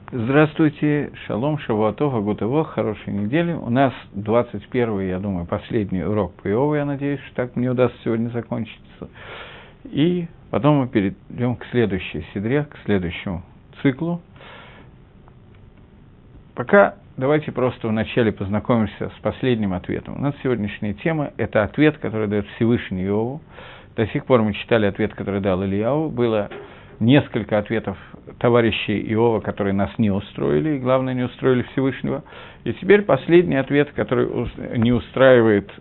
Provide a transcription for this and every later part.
Здравствуйте, шалом, шавуатов, агутово, хорошей недели. У нас 21-й, я думаю, последний урок по Иову, я надеюсь, что так мне удастся сегодня закончиться. И потом мы перейдем к следующей седре, к следующему циклу. Пока давайте просто вначале познакомимся с последним ответом. У нас сегодняшняя тема – это ответ, который дает Всевышний Иову. До сих пор мы читали ответ, который дал Ильяу. Было несколько ответов товарищей Иова, которые нас не устроили, и, главное, не устроили Всевышнего. И теперь последний ответ, который устраивает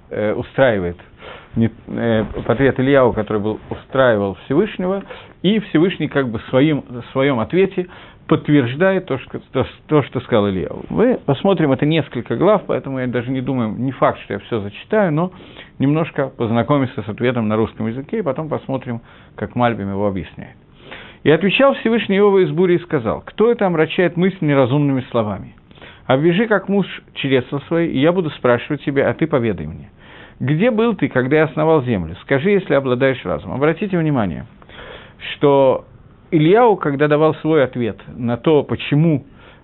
ответ Ильяу, который устраивал Всевышнего, и Всевышний как бы в своем ответе подтверждает то, что сказал Ильяу. Мы посмотрим, это несколько глав, поэтому я даже не думаю, не факт, что я все зачитаю, но немножко познакомимся с ответом на русском языке, и потом посмотрим, как Мальбим его объясняет. «И отвечал Всевышний Иова из бури и сказал: кто это омрачает мысль неразумными словами? Обвяжи, как муж, чресла свои, и я буду спрашивать тебя, а ты поведай мне. Где был ты, когда я основал землю? Скажи, если обладаешь разумом». Обратите внимание, что Ильяу, когда давал свой ответ на то, почему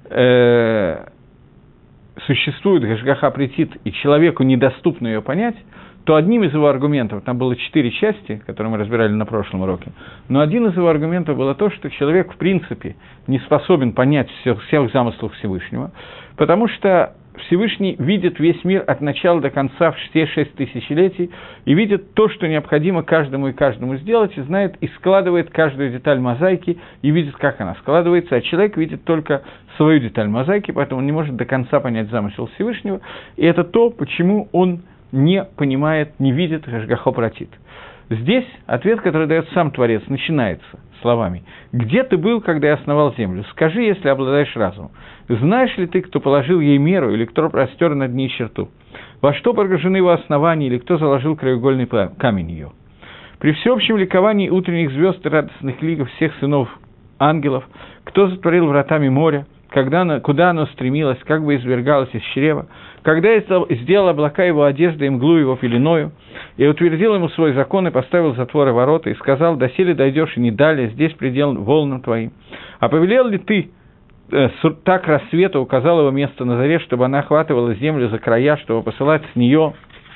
существует Гашгаха Претит, и человеку недоступно ее понять, то одним из его аргументов, там было 4 части, которые мы разбирали на прошлом уроке, но один из его аргументов было то, что человек в принципе не способен понять всех замыслов Всевышнего, потому что Всевышний видит весь мир от начала до конца все 6 тысячелетий и видит то, что необходимо каждому и каждому сделать, и знает, и складывает каждую деталь мозаики, и видит, как она складывается, а человек видит только свою деталь мозаики, поэтому он не может до конца понять замысел Всевышнего, и это то, почему он не понимает, не видит Гашгахо Пратит. Здесь ответ, который дает сам Творец, начинается словами: «Где ты был, когда я основал землю? Скажи, если обладаешь разумом. Знаешь ли ты, кто положил ей меру, или кто простер над ней черту? Во что погружены его основания, или кто заложил краеугольный камень ее? При всеобщем ликовании утренних звезд и радостных лигов всех сынов ангелов, кто затворил вратами моря, куда оно стремилось, как бы извергалось из чрева, когда я сделал облака его одеждой и мглу его пеленою, и утвердил ему свой закон, и поставил затворы ворота, и сказал: доселе дойдешь и не далее, здесь предел волнам твоим. А повелел ли ты так рассвета, указал его место на заре, чтобы она охватывала землю за края, чтобы посылать с нее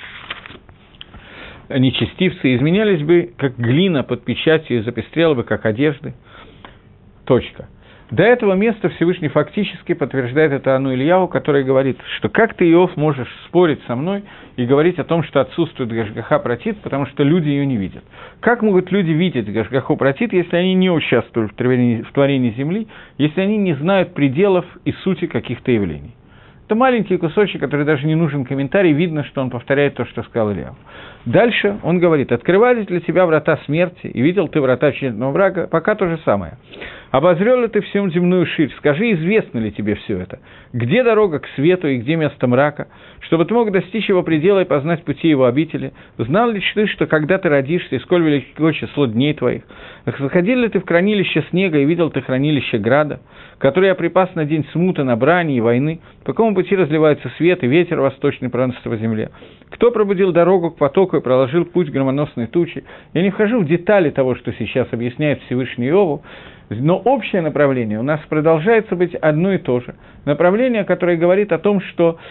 нечестивцы, изменялись бы, как глина под печатью, и запестрела бы, как одежды». Точка. До этого места Всевышний фактически подтверждает это Ану Ильяу, который говорит, что как ты, Иов, можешь спорить со мной и говорить о том, что отсутствует Гашгаха Пратит, потому что люди ее не видят. Как могут люди видеть Гашгаху Пратит, если они не участвуют в творении земли, если они не знают пределов и сути каких-то явлений? Это маленький кусочек, который даже не нужен комментарий, видно, что он повторяет то, что сказал Ильяу. Дальше он говорит: «Открывались для тебя врата смерти, и видел ты врата черного врага, пока то же самое. Обозрел ли ты всю земную ширь? Скажи, известно ли тебе все это? Где дорога к свету и где место мрака? Чтобы ты мог достичь его предела и познать пути его обители? Знал ли ты, что когда ты родишься, и сколь велико число дней твоих? Заходил ли ты в хранилище снега и видел ты хранилище града, который я припас на день смуты, на брани и войны? По какому пути разливается свет и ветер восточный проносится по земле? Кто пробудил дорогу к потоку и проложил путь громоносной тучи?» Я не вхожу в детали того, что сейчас объясняет Всевышний Иову, но общее направление у нас продолжается быть одно и то же. Направление, которое говорит о том, что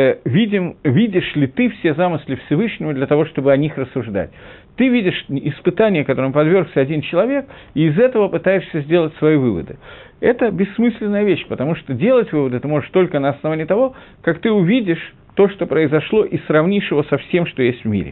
видишь ли ты все замыслы Всевышнего для того, чтобы о них рассуждать. Ты видишь испытания, которым подвергся один человек, и из этого пытаешься сделать свои выводы. Это бессмысленная вещь, потому что делать выводы ты можешь только на основании того, как ты увидишь то, что произошло, и сравнишь его со всем, что есть в мире.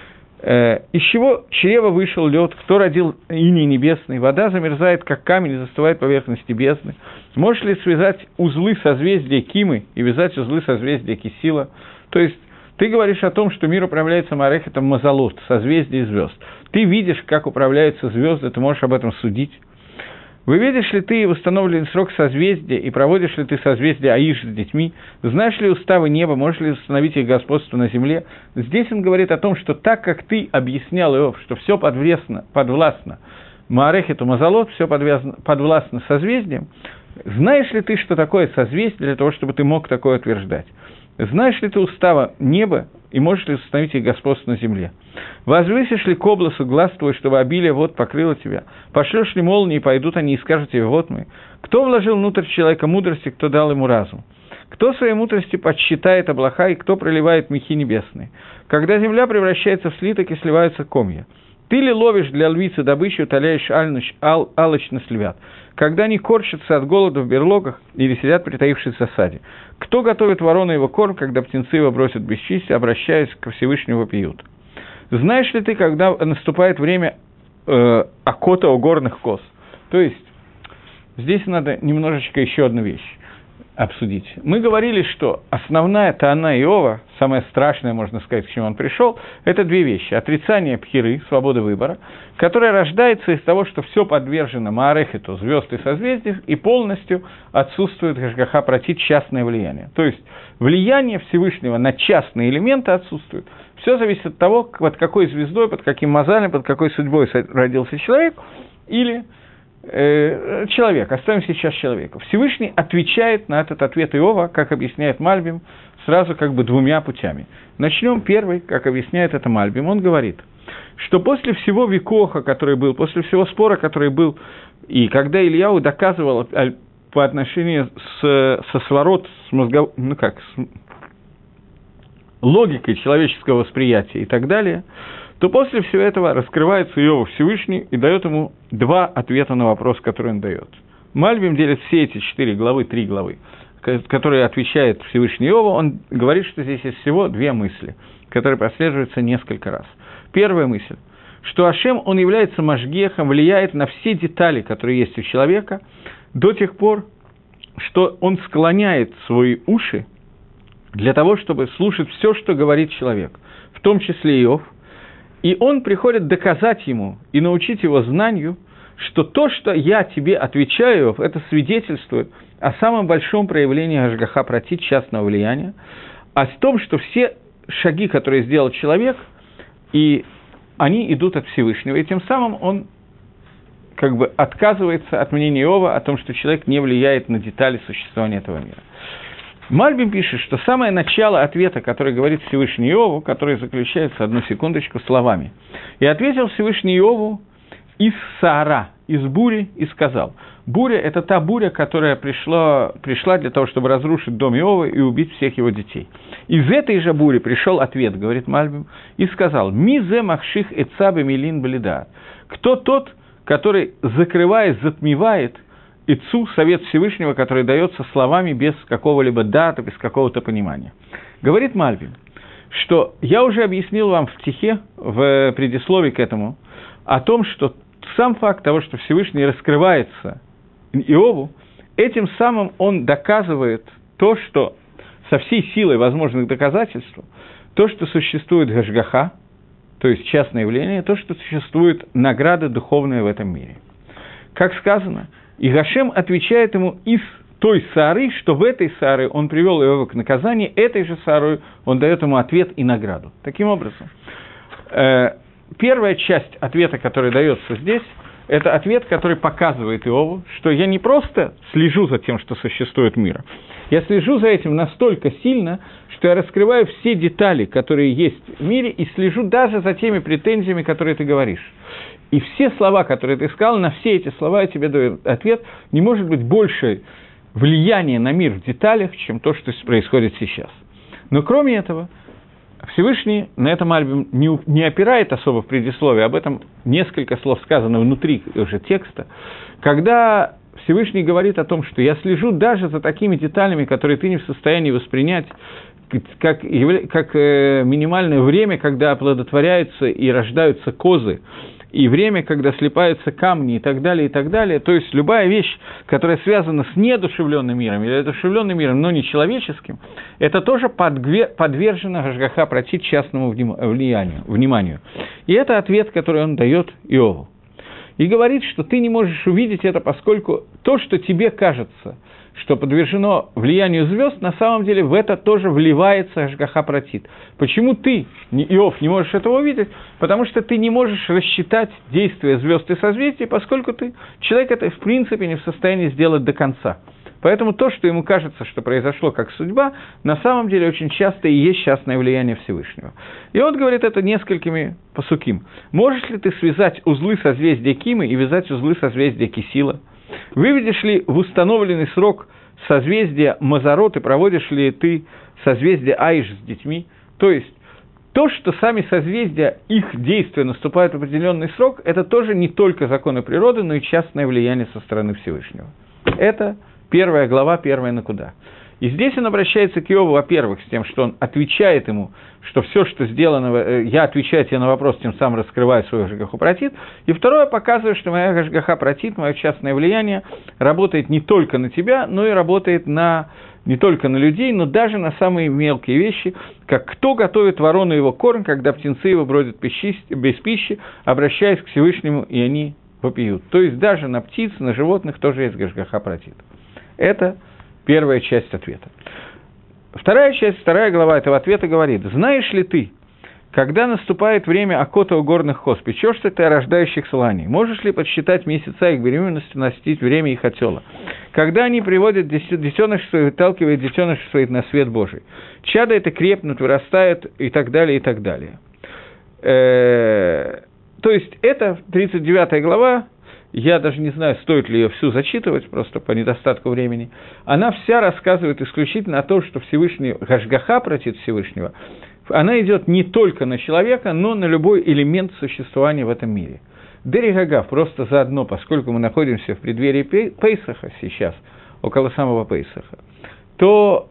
Из чего чрева вышел лед, кто родил иней небесный, вода замерзает, как камень, и застывает поверхности бездны. Можешь ли связать узлы созвездия Кимы и вязать узлы созвездия Кисила? То есть ты говоришь о том, что мир управляется Маарехетом Мазалот, созвездие звезд. Ты видишь, как управляются звезды, ты можешь об этом судить. Выведешь ли ты восстановленный срок созвездия, и проводишь ли ты созвездие Аиш с детьми? Знаешь ли уставы неба, можешь ли установить их господство на земле? Здесь он говорит о том, что так как ты объяснял, Иов, что все подвластно Маарехету Мазалот, все подвластно созвездиям, знаешь ли ты, что такое созвездие, для того, чтобы ты мог такое утверждать? Знаешь ли ты устава неба, и можешь ли установить их господство на земле? Возвысишь ли к обласу глаз твой, чтобы обилие вод покрыло тебя? Пошлешь ли молнии, и пойдут они, и скажут тебе, вот мы. Кто вложил внутрь человека мудрости, кто дал ему разум? Кто своей мудрости подсчитает облака, и кто проливает мехи небесные? Когда земля превращается в слиток, и сливаются комья. Ты ли ловишь для львицы добычу, утоляешь алчность львят? Когда они корчатся от голода в берлогах или сидят, притаившись в засаде? Кто готовит ворону его корм, когда птенцы его бросят бесчестие, обращаясь ко Всевышнему вопиют? Знаешь ли ты, когда наступает время окота у горных коз? То есть, здесь надо немножечко еще одну вещь обсудить. Мы говорили, что основная таана Иова, самая страшная, можно сказать, к чему он пришел, это две вещи. Отрицание пхиры, свободы выбора, которая рождается из того, что все подвержено маарехету, звезд и созвездий, и полностью отсутствует гашгаха протит, частное влияние. То есть влияние Всевышнего на частные элементы отсутствует. Все зависит от того, под какой звездой, под каким мозалем, под какой судьбой родился человек, или человек, оставим сейчас человека. Всевышний отвечает на этот ответ Иова, как объясняет Мальбим, сразу как бы двумя путями. Начнем первый, как объясняет это Мальбим. Он говорит, что после всего викоха, который был, после всего спора, который был, и когда Ильяу доказывал по отношению со сворот, с логикой человеческого восприятия и так далее, то после всего этого раскрывается Иову Всевышний и дает ему два ответа на вопрос, который он дает. Мальбим делит все эти 4 главы, 3 главы, которые отвечает Всевышний Иову. Он говорит, что здесь есть всего две мысли, которые прослеживаются несколько раз. Первая мысль, что Ашем, он является машгехом, влияет на все детали, которые есть у человека, до тех пор, что он склоняет свои уши для того, чтобы слушать все, что говорит человек, в том числе Иов. И он приходит доказать ему и научить его знанию, что то, что я тебе отвечаю, это свидетельствует о самом большом проявлении Ашгаха протит, частного влияния, о том, что все шаги, которые сделал человек, и они идут от Всевышнего. И тем самым он как бы отказывается от мнения Иова о том, что человек не влияет на детали существования этого мира. Мальбим пишет, что самое начало ответа, который говорит Всевышний Иову, который заключается, одну секундочку, словами. «И ответил Всевышний Иову из Саара, из бури, и сказал». Буря – это та буря, которая пришла для того, чтобы разрушить дом Иова и убить всех его детей. Из этой же бури пришел ответ, говорит Мальбим, и сказал: «Мизе махших эцабе милин блида». Кто тот, который, закрываясь, затмевает Ицу, совет Всевышнего, который дается словами без какого-либо дата, без какого-то понимания. Говорит Мальбим, что я уже объяснил вам в стихе, в предисловии к этому, о том, что сам факт того, что Всевышний раскрывается Иову, этим самым он доказывает то, что со всей силой возможных доказательств, то, что существует гашгаха, то есть частное явление, то, что существует награда духовная в этом мире. Как сказано, и Гашем отвечает ему из той Саары, что в этой Сааре он привел Иова к наказанию, этой же Саарой он дает ему ответ и награду. Таким образом, первая часть ответа, который дается здесь, это ответ, который показывает Иову, что я не просто слежу за тем, что существует мир, я слежу за этим настолько сильно, что я раскрываю все детали, которые есть в мире, и слежу даже за теми претензиями, которые ты говоришь. И все слова, которые ты сказал, на все эти слова я тебе даю ответ. Не может быть больше влияния на мир в деталях, чем то, что происходит сейчас. Но кроме этого, Всевышний на этом альбоме не опирает особо в предисловии, об этом несколько слов сказано внутри уже текста, когда Всевышний говорит о том, что я слежу даже за такими деталями, которые ты не в состоянии воспринять, как минимальное время, когда оплодотворяются и рождаются козы, и время, когда слипаются камни и так далее, и так далее. То есть любая вещь, которая связана с неодушевленным миром или одушевленным миром, но не человеческим, это тоже подвержено Гашгаха протит частному вниманию. И это ответ, который он дает Иову. И говорит, что ты не можешь увидеть это, поскольку то, что тебе кажется, что подвержено влиянию звезд, на самом деле в это тоже вливается Гашгаха протит. Почему ты, Иов, не можешь этого увидеть? Потому что ты не можешь рассчитать действия звезд и созвездий, поскольку человек это в принципе не в состоянии сделать до конца. Поэтому то, что ему кажется, что произошло как судьба, на самом деле очень часто и есть частное влияние Всевышнего. И он говорит это несколькими пасуким. «Можешь ли ты связать узлы созвездия Кимы и вязать узлы созвездия Кисила? Выведешь ли в установленный срок созвездие Мазарот и проводишь ли ты созвездие Аиш с детьми?» То есть, то, что сами созвездия, их действия наступают в определенный срок, это тоже не только законы природы, но и частное влияние со стороны Всевышнего. Это первая глава, первая накуда. И здесь он обращается к Иову, во-первых, с тем, что он отвечает ему, что все, что сделано, я отвечаю тебе на вопрос, тем самым раскрываю свою Гашгаху Пратит. И второе, показываю, что моя Гашгаха Пратит, мое частное влияние, работает не только на тебя, но и работает не только на людей, но даже на самые мелкие вещи, как кто готовит ворону его корм, когда птенцы его бродят без пищи, обращаясь к Всевышнему, и они вопиют. То есть даже на птиц, на животных тоже есть Гашгаха Пратит. Это первая часть ответа. Вторая часть, вторая глава этого ответа говорит: «Знаешь ли ты, когда наступает время окота у горных хоз, печешься ты о рождающих сланий? Можешь ли подсчитать месяца их беременности, настить время их отела? Когда они приводят детенышей своих, выталкивают детенышей своих на свет Божий. Чада это крепнут, вырастают и так далее, и так далее». То есть, это 39 глава, я даже не знаю, стоит ли ее всю зачитывать, просто по недостатку времени. Она вся рассказывает исключительно о том, что Всевышний, Гашгаха Пратит Всевышнего, она идет не только на человека, но на любой элемент существования в этом мире. Дери Гагав просто заодно, поскольку мы находимся в преддверии Пейсаха сейчас, около самого Пейсаха, то,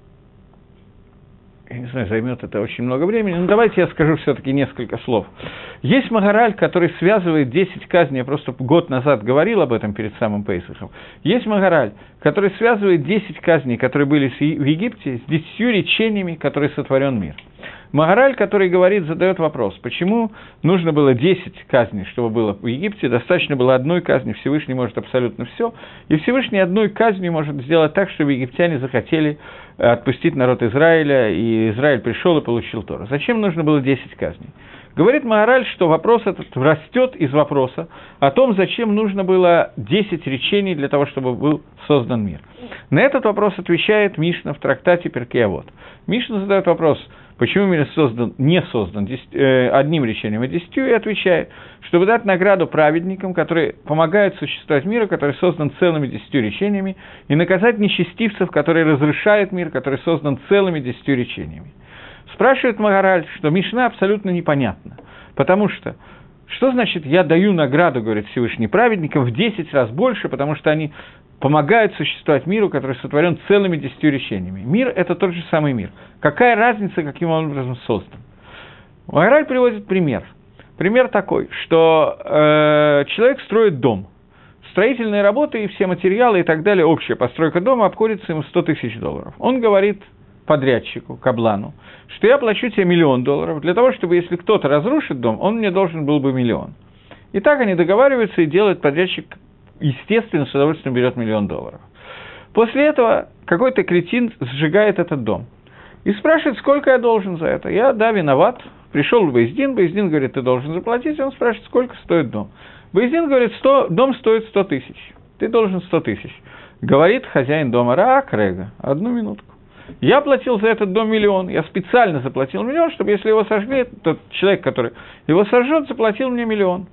я не знаю, займет это очень много времени, но давайте я скажу все-таки несколько слов. Есть Магараль, который связывает 10 казней, я просто год назад говорил об этом перед самым Пейсахом. Есть Магараль, который связывает 10 казней, которые были в Египте, с 10 речениями, которые сотворен мир. Магараль, который говорит, задает вопрос, почему нужно было 10 казней, чтобы было в Египте, достаточно было одной казни, Всевышний может абсолютно все, и Всевышний одной казнью может сделать так, чтобы египтяне захотели отпустить народ Израиля, и Израиль пришел и получил Тору. Зачем нужно было 10 казней? Говорит Магараль, что вопрос этот растет из вопроса о том, зачем нужно было 10 речений для того, чтобы был создан мир. На этот вопрос отвечает Мишна в трактате Перкей Авот. Мишна задает вопрос, почему мир не создан одним речением, а 10, и отвечает, чтобы дать награду праведникам, которые помогают существовать миру, который создан целыми 10 речениями, и наказать нечестивцев, которые разрушают мир, который создан целыми 10 речениями. Спрашивает Магараль, что Мишна абсолютно непонятна, потому что значит «я даю награду», говорит Всевышний, праведникам в 10 раз больше, потому что они помогают существовать миру, который сотворен целыми 10 речениями. Мир – это тот же самый мир. Какая разница, каким образом создан? Магараль приводит пример. Пример такой, что человек строит дом. Строительные работы и все материалы и так далее, общая постройка дома обходится ему $100 000. Он говорит подрядчику, каблану, что я плачу тебе $1 000 000 для того, чтобы, если кто-то разрушит дом, он мне должен был бы $1 000 000. И так они договариваются, и делает подрядчик, естественно, с удовольствием берет $1 000 000. После этого какой-то кретин сжигает этот дом. И спрашивает, сколько я должен за это. Я, да, виноват. Пришел в Бейздин, Бейздин говорит, ты должен заплатить. Он спрашивает, сколько стоит дом. Бейздин говорит, дом стоит 100 000. Ты должен 100 000. Говорит хозяин дома, Рега, одну минутку. Я платил за этот дом $1 000 000. Я специально заплатил $1 000 000, чтобы, если его сожгли, тот человек, который его сожжет, заплатил мне $1 000 000.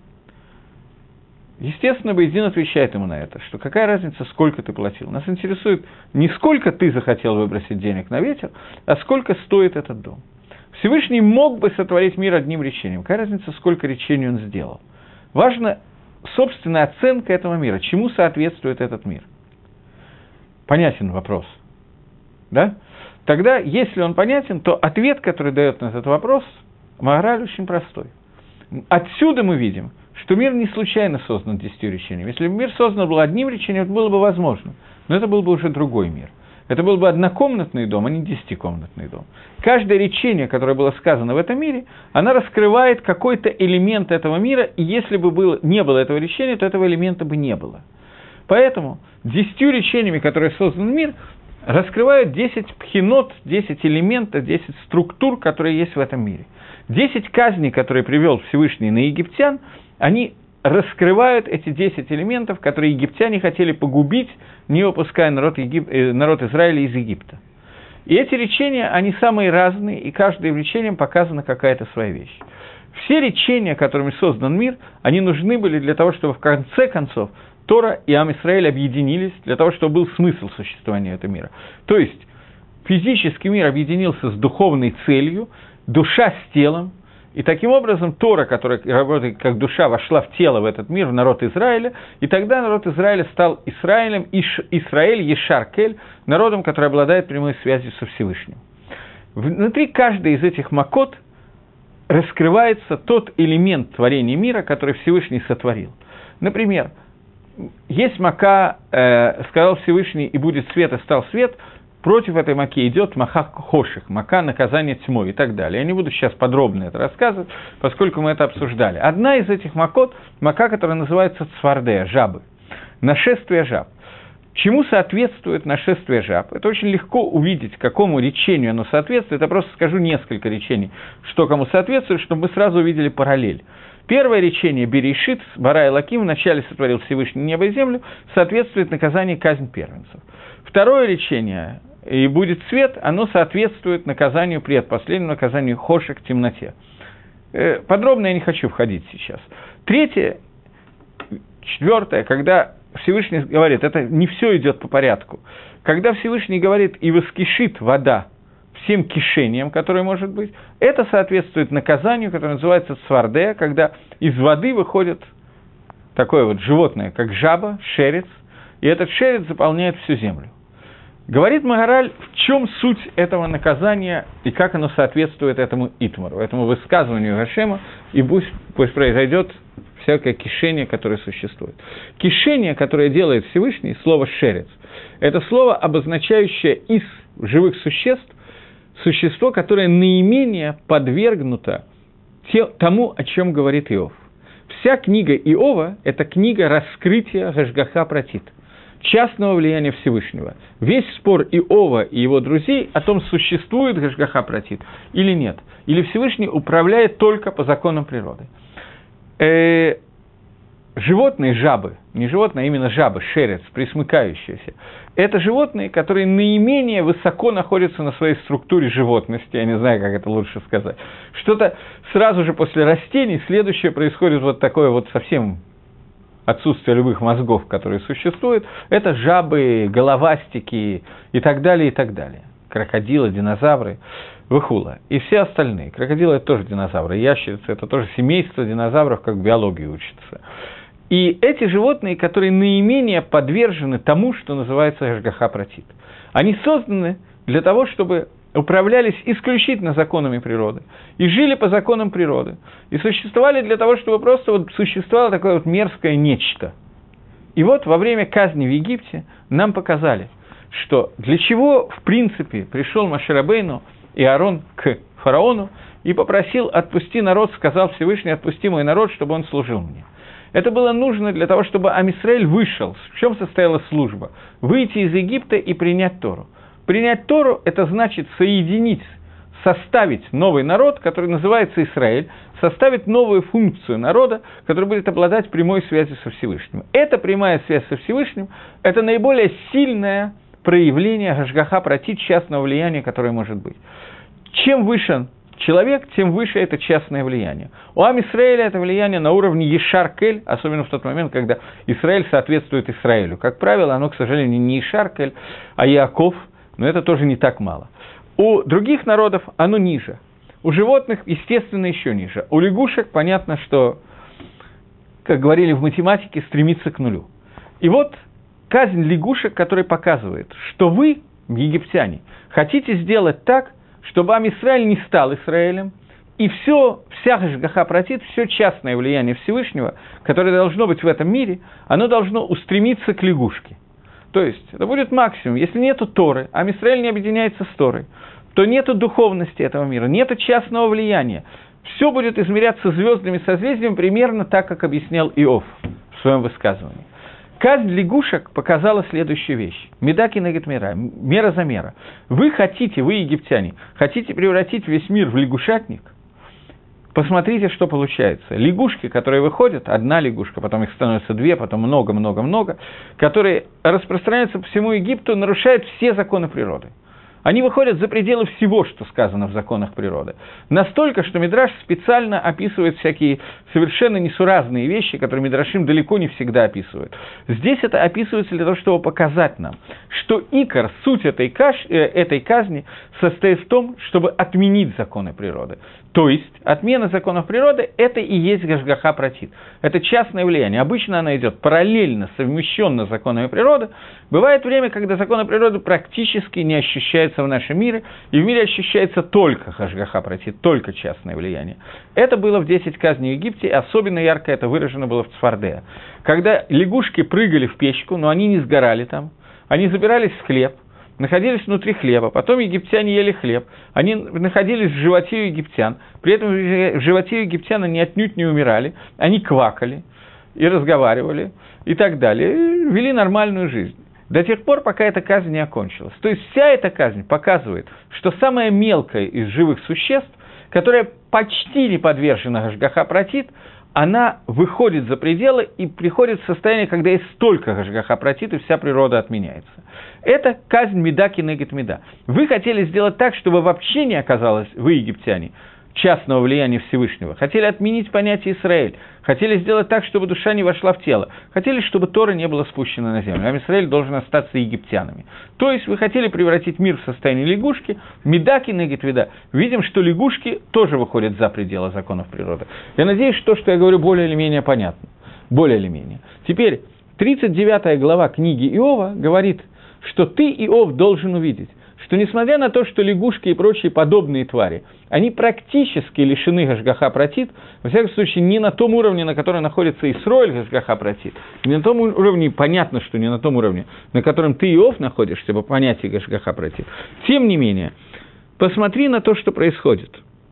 Естественно, Бейздин отвечает ему на это, что какая разница, сколько ты платил. Нас интересует не сколько ты захотел выбросить денег на ветер, а сколько стоит этот дом. Всевышний мог бы сотворить мир одним речением. Какая разница, сколько речений он сделал? Важна собственная оценка этого мира. Чему соответствует этот мир? Понятен вопрос. Да? Тогда, если он понятен, то ответ, который дает на этот вопрос, Магараль очень простой. Отсюда мы видим, что мир не случайно создан 10 речениями. Если бы мир создан был одним речением, это было бы возможно. Но это был бы уже другой мир. Это был бы однокомнатный дом, а не 10-комнатный дом. Каждое речение, которое было сказано в этом мире, оно раскрывает какой-то элемент этого мира, и если бы не было этого речения, то этого элемента бы не было. Поэтому 10 речениями, которые создан мир, раскрывают 10 пхинот, 10 элементов, 10 структур, которые есть в этом мире. 10 казней, которые привел Всевышний на египтян, они раскрывают эти 10 элементов, которые египтяне хотели погубить, не выпуская народ Израиля из Египта. И эти речения, они самые разные, и каждым речением показана какая-то своя вещь. Все речения, которыми создан мир, они нужны были для того, чтобы в конце концов Тора и Ам Исраэль объединились, для того, чтобы был смысл существования этого мира. То есть физический мир объединился с духовной целью, душа с телом, и таким образом Тора, которая работает как душа, вошла в тело, в этот мир, в народ Израиля, и тогда народ Израиля стал Израилем, Исраэль, Ешар-Кель, народом, который обладает прямой связью со Всевышним. Внутри каждой из этих макот раскрывается тот элемент творения мира, который Всевышний сотворил. Например, есть мака, сказал Всевышний, и будет свет, и стал свет. Против этой маки идет маха хоших, мака наказание тьмой и так далее. Я не буду сейчас подробно это рассказывать, поскольку мы это обсуждали. Одна из этих макот, мака, которая называется цвардея, жабы, нашествие жаб. Чему соответствует нашествие жаб? Это очень легко увидеть, какому речению оно соответствует. Я просто скажу несколько речений, что кому соответствует, чтобы мы сразу увидели параллель. Первое речение Берешит, Бара Элоким, вначале сотворил Всевышний небо и землю, соответствует наказанию казнь первенцев. Второе речение «И будет свет», оно соответствует наказанию, предпоследнему наказанию хошек, темноте. Подробно я не хочу входить сейчас. Третье, четвертое, когда Всевышний говорит, это не все идет по порядку, когда Всевышний говорит «и воскишит вода», всем кишениям, которые может быть, это соответствует наказанию, которое называется цвардея, когда из воды выходит такое вот животное, как жаба, шерец, и этот шерец заполняет всю землю. Говорит Магараль, в чем суть этого наказания и как оно соответствует этому итмару, этому высказыванию Гашема, и пусть произойдет всякое кишение, которое существует. Кишение, которое делает Всевышний, слово «шерец», это слово, обозначающее из живых существ существо, которое наименее подвергнуто тому, о чем говорит Иов. Вся книга Иова – это книга раскрытия Гашгаха Пратит, частного влияния Всевышнего. Весь спор Иова и его друзей о том, существует Гашгаха Пратит или нет, или Всевышний управляет только по законам природы. Животные, жабы, не животные, а именно жабы, шерец, присмыкающиеся, это животные, которые наименее высоко находятся на своей структуре животности, я не знаю, как это лучше сказать. Что-то сразу же после растений, следующее происходит вот такое вот совсем отсутствие любых мозгов, которые существуют, это жабы, головастики и так далее, и так далее. Крокодилы, динозавры, выхула. И все остальные. Крокодилы – это тоже динозавры, ящерицы – это тоже семейство динозавров, как в биологии учатся. И эти животные, которые наименее подвержены тому, что называется Гашгаха Пратит, они созданы для того, чтобы управлялись исключительно законами природы, и жили по законам природы, и существовали для того, чтобы просто вот существовало такое вот мерзкое нечто. И вот во время казни в Египте нам показали, что для чего, в принципе, пришел Моше Рабейну и Аарон к фараону и попросил: «Отпусти народ», сказал Всевышний: «Отпусти мой народ, чтобы он служил мне». Это было нужно для того, чтобы Ам Исраэль вышел. В чем состояла служба? Выйти из Египта и принять Тору. Принять Тору – это значит соединить, составить новый народ, который называется Израиль, составить новую функцию народа, который будет обладать прямой связью со Всевышним. Эта прямая связь со Всевышним – это наиболее сильное проявление Гашгаха Пратит, частного влияния, которое может быть. Чем выше человек, тем выше это частное влияние. У Ам Исраэля это влияние на уровне Ешар-Кель, особенно в тот момент, когда Израиль соответствует Израилю. Как правило, оно, к сожалению, не Ешар-Кель, а Яаков, но это тоже не так мало. У других народов оно ниже. У животных, естественно, еще ниже. У лягушек понятно, что, как говорили в математике, стремится к нулю. И вот казнь лягушек, которая показывает, что вы, египтяне, хотите сделать так, чтобы Ам Исраэль не стал Израилем, и вся Гашгаха Пратит, все частное влияние Всевышнего, которое должно быть в этом мире, оно должно устремиться к лягушке. То есть, это будет максимум. Если нету Торы, Ам Исраэль не объединяется с Торой, то нету духовности этого мира, нету частного влияния. Все будет измеряться звездными созвездиями примерно так, как объяснял Иов в своем высказывании. Казнь лягушек показала следующую вещь. Меда кинегет мира, мера за мера. Вы, египтяне, хотите превратить весь мир в лягушатник, посмотрите, что получается. Лягушки, которые выходят, одна лягушка, потом их становится две, потом много-много-много, которые распространяются по всему Египту, нарушают все законы природы. Они выходят за пределы всего, что сказано в законах природы. Настолько, что Мидраш специально описывает всякие совершенно несуразные вещи, которые Мидрашим далеко не всегда описывают. Здесь это описывается для того, чтобы показать нам, что икор, суть этой казни состоит в том, чтобы отменить законы природы. То есть, отмена законов природы – это и есть гашгаха пратит. Это частное влияние. Обычно она идет параллельно, совмещенно с законами природы. Бывает время, когда законы природы практически не ощущаются в нашем мире, и в мире ощущается только гашгаха пратит, только частное влияние. Это было в 10 казней в Египте, и особенно ярко это выражено было в Цфардеа. Когда лягушки прыгали в печку, но они не сгорали там, они забирались в хлеб, находились внутри хлеба, потом египтяне ели хлеб, они находились в животе у египтян, при этом в животе у египтян они отнюдь не умирали, они квакали и разговаривали и так далее, и вели нормальную жизнь. До тех пор, пока эта казнь не окончилась. То есть вся эта казнь показывает, что самое мелкое из живых существ, которое почти не подвержено гашгаха пратит, она выходит за пределы и приходит в состояние, когда есть столько гашгаха пратит, и вся природа отменяется. Это казнь меда кинегет меда. Вы хотели сделать так, чтобы вообще не оказалось, вы, египтяне, частного влияния Всевышнего. Хотели отменить понятие Исраэль. Хотели сделать так, чтобы душа не вошла в тело. Хотели, чтобы Тора не была спущена на землю. А Исраэль должен остаться египтянами. То есть вы хотели превратить мир в состояние лягушки. Меда кинегет меда. Видим, что лягушки тоже выходят за пределы законов природы. Я надеюсь, что то, что я говорю, более или менее понятно. Более или менее. Теперь 39 глава книги Иова говорит, что ты, Иов, должен увидеть, что несмотря на то, что лягушки и прочие подобные твари, они практически лишены гашгаха пратит, во всяком случае, не на том уровне, на котором находится Исроэль гашгаха пратит, не на том уровне, понятно, что не на том уровне, на котором ты, Иов, находишься, по понятию гашгаха пратит. Тем не менее, посмотри на то, что происходит.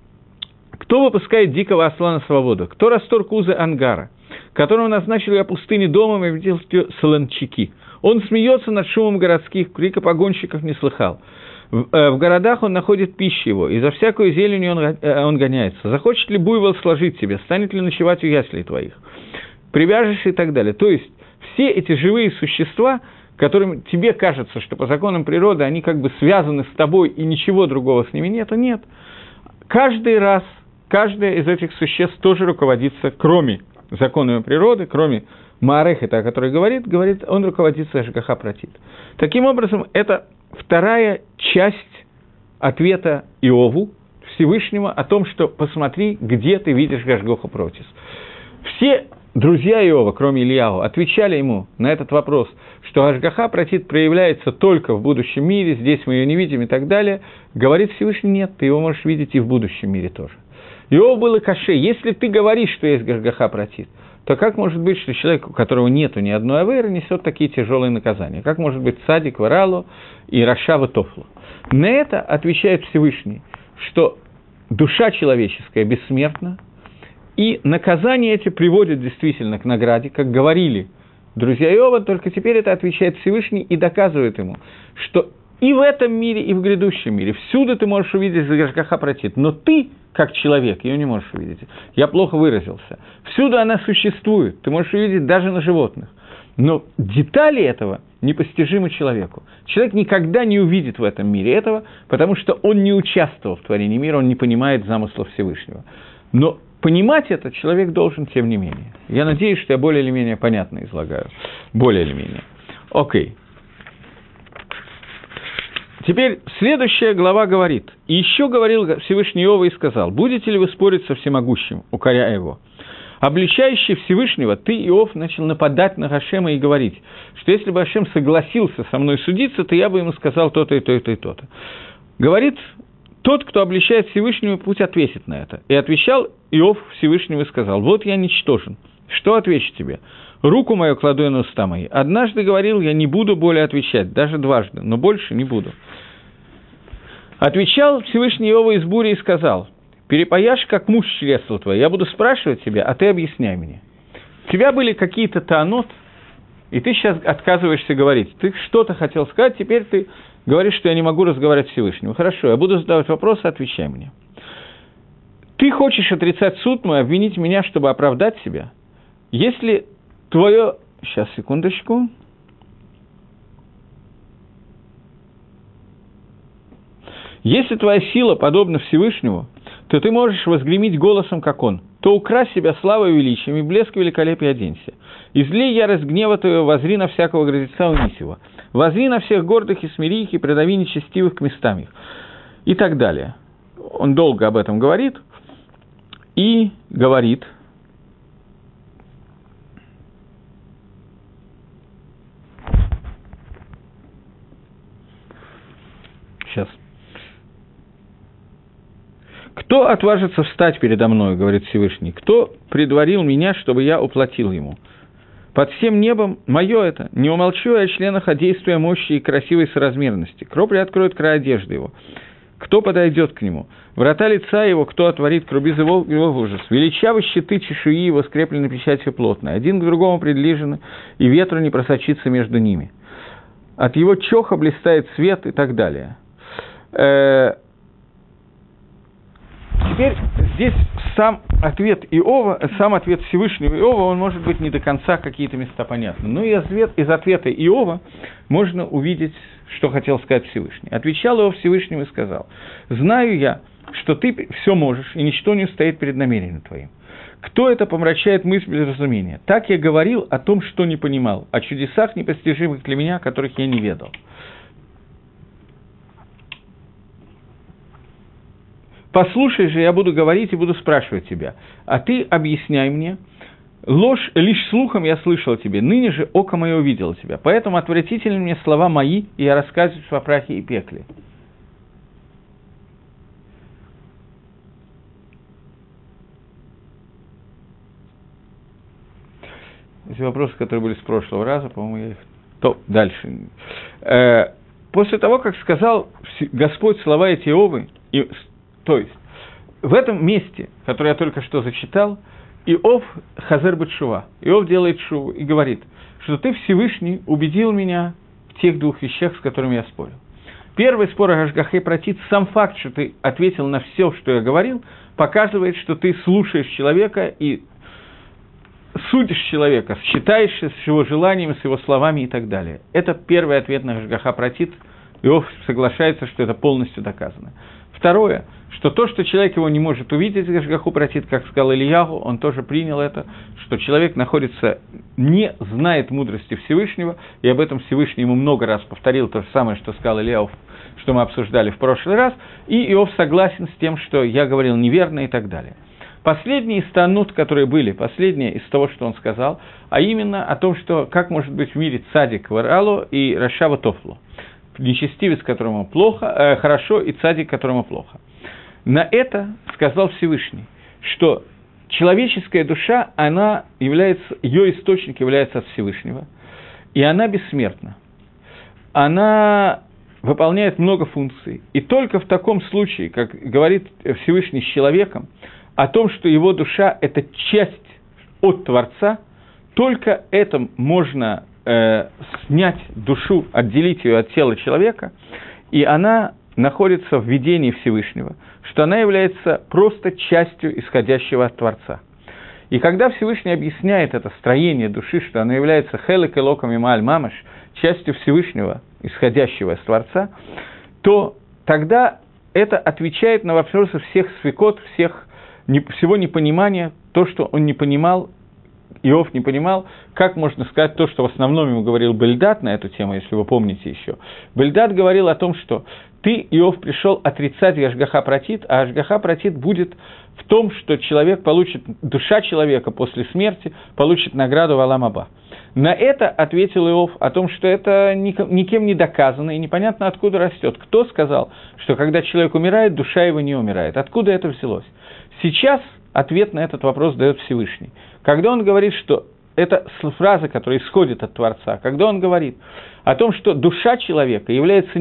Кто выпускает дикого осла на свободу? Кто расторг узы ангара, которого назначили о пустыне домом и видел солончаки? Он смеется над шумом городских, крика погонщиков не слыхал. В городах он находит пищу его, и за всякую зелень он гоняется. Захочет ли буйвол сложить себе, станет ли ночевать у яслей твоих? Привяжешься и так далее. То есть, все эти живые существа, которым тебе кажется, что по законам природы они как бы связаны с тобой, и ничего другого с ними нет. Каждый раз, каждое из этих существ тоже руководится, кроме законами природы, кроме Маарехета, о которой говорит, он руководится гашгаха пратит. Таким образом, это вторая часть ответа Иову, Всевышнего, о том, что посмотри, где ты видишь гашгаха пратит. Все друзья Иова, кроме Ильяу, отвечали ему на этот вопрос, что гашгаха пратит проявляется только в будущем мире, здесь мы ее не видим и так далее. Говорит Всевышний, нет, ты его можешь видеть и в будущем мире тоже. Иов было каше, если ты говоришь, что есть гашгаха пратит, то как может быть, что человек, у которого нету ни одной аверы, несет такие тяжелые наказания? Как может быть цадик, варалу и рашава тофлу? На это отвечает Всевышний, что душа человеческая бессмертна, и наказания эти приводят действительно к награде, как говорили друзья Иова, только теперь это отвечает Всевышний и доказывает ему, что и в этом мире, и в грядущем мире всюду ты можешь увидеть гашгаха пратит, но ты, как человек, ее не можешь увидеть. Я плохо выразился. Всюду она существует, ты можешь увидеть даже на животных. Но детали этого непостижимы человеку. Человек никогда не увидит в этом мире этого, потому что он не участвовал в творении мира, он не понимает замысла Всевышнего. Но понимать это человек должен, тем не менее. Я надеюсь, что я более или менее понятно излагаю. Более или менее. Окей. Теперь следующая глава говорит, «И еще говорил Всевышний Иова и сказал, будете ли вы спорить со всемогущим, укоряя его? Обличающий Всевышнего, ты, Иов, начал нападать на Гашема и говорить, что если бы Гашем согласился со мной судиться, то я бы ему сказал то-то и то-то и то-то». Говорит, тот, кто обличает Всевышнего, пусть ответит на это. И отвечал Иов Всевышнему и сказал, вот я ничтожен, что отвечу тебе? Руку мою кладу я на уста мои. Однажды говорил, я не буду более отвечать, даже дважды, но больше не буду. Отвечал Всевышний Иова из бури и сказал, перепояшь, как муж чресла твой, я буду спрашивать тебя, а ты объясняй мне. У тебя были какие-то таанот, и ты сейчас отказываешься говорить. Ты что-то хотел сказать, теперь ты говоришь, что я не могу разговаривать с Всевышним. Хорошо, я буду задавать вопросы, отвечай мне. ты хочешь отрицать суд мой, обвинить меня, чтобы оправдать себя? Если твое... Сейчас, секундочку. Если твоя сила подобна Всевышнему, то ты можешь возгремить голосом, как он. То укрась себя славой и величием, и блеск великолепия оденься. Излей ярость гнева твоего, возри на всякого грозеца, унись его. Возри на всех гордых и смири их, и придави нечестивых к местам их. И так далее. Он долго об этом говорит. И говорит... Сейчас. «Кто отважится встать передо мной, — говорит Всевышний, — кто предварил меня, чтобы я уплатил ему? Под всем небом мое это, не умолчу я о членах, о действия мощи и красивой соразмерности. Кто приоткроет край одежды его? Кто подойдет к нему? Врата лица его, кто отворит крубиз его в ужас? Величавы щиты чешуи его, скреплены печатью плотной, один к другому приближены, и ветру не просочится между ними. От его чоха блистает свет» и так далее. Теперь здесь сам ответ Иова, сам ответ Всевышнего Иова, он может быть не до конца какие-то места понятны. Но из ответа Иова можно увидеть, что хотел сказать Всевышний. Отвечал Иов Всевышнему и сказал: «Знаю я, что ты все можешь, и ничто не устоит перед намерением твоим. Кто это помрачает мысль без разумения? Так я говорил о том, что не понимал, о чудесах непостижимых для меня, которых я не ведал». «Послушай же, я буду говорить и буду спрашивать тебя, а ты объясняй мне. Ложь лишь слухом я слышал о тебе, ныне же око мое увидело тебя. Поэтому отвратительны мне слова мои, и я рассказываю во прахе и пекле». Эти вопросы, которые были с прошлого раза, по-моему, я их... Дальше. После того, как сказал Господь слова эти Иовы, то есть, в этом месте, которое я только что зачитал, Иов хазер бет-шува. Иов делает шуву и говорит, что ты, Всевышний, убедил меня в тех двух вещах, с которыми я спорил. Первый спор о Гашгахе протит, сам факт, что ты ответил на все, что я говорил, показывает, что ты слушаешь человека и судишь человека, считаешься с его желаниями, с его словами и так далее. Это первый ответ на Гашгаха протит. Иов соглашается, что это полностью доказано. Второе, что то, что человек его не может увидеть, Гашгаху протит, как сказал Ильяху, он тоже принял это, что человек находится, не знает мудрости Всевышнего, и об этом Всевышний ему много раз повторил то же самое, что сказал Ильяху, что мы обсуждали в прошлый раз, и Иов согласен с тем, что я говорил неверно и так далее. Последние из танут, которые были, последнее из того, что он сказал, а именно о том, что как может быть в мире цадик варалу и рашава тофлу. Нечестивец, которому хорошо, и цадик, которому плохо. На это сказал Всевышний, что человеческая душа, она является, ее источник является от Всевышнего, и она бессмертна. Она выполняет много функций. И только в таком случае, как говорит Всевышний с человеком, о том, что его душа – это часть от Творца, только этим можно снять душу, отделить ее от тела человека, и она находится в видении Всевышнего, что она является просто частью исходящего от Творца. И когда Всевышний объясняет это строение души, что она является хелек элоком и мааль мамаш, частью Всевышнего, исходящего из Творца, то тогда это отвечает на вопросы всех свекот, всего непонимания, то, что он не понимал, Иов не понимал, как можно сказать то, что в основном ему говорил Бельдад на эту тему, если вы помните еще. Бельдад говорил о том, что ты, Иов, пришел отрицать Ашгаха протит, а Ашгаха протит будет в том, что человек получит, душа человека после смерти получит награду в Олам Аба. На это ответил Иов о том, что это никем не доказано и непонятно, откуда растет. Кто сказал, что когда человек умирает, душа его не умирает? Откуда это взялось? Сейчас ответ на этот вопрос дает Всевышний. Когда он говорит, что это фраза, которая исходит от Творца, когда он говорит о том, что душа человека является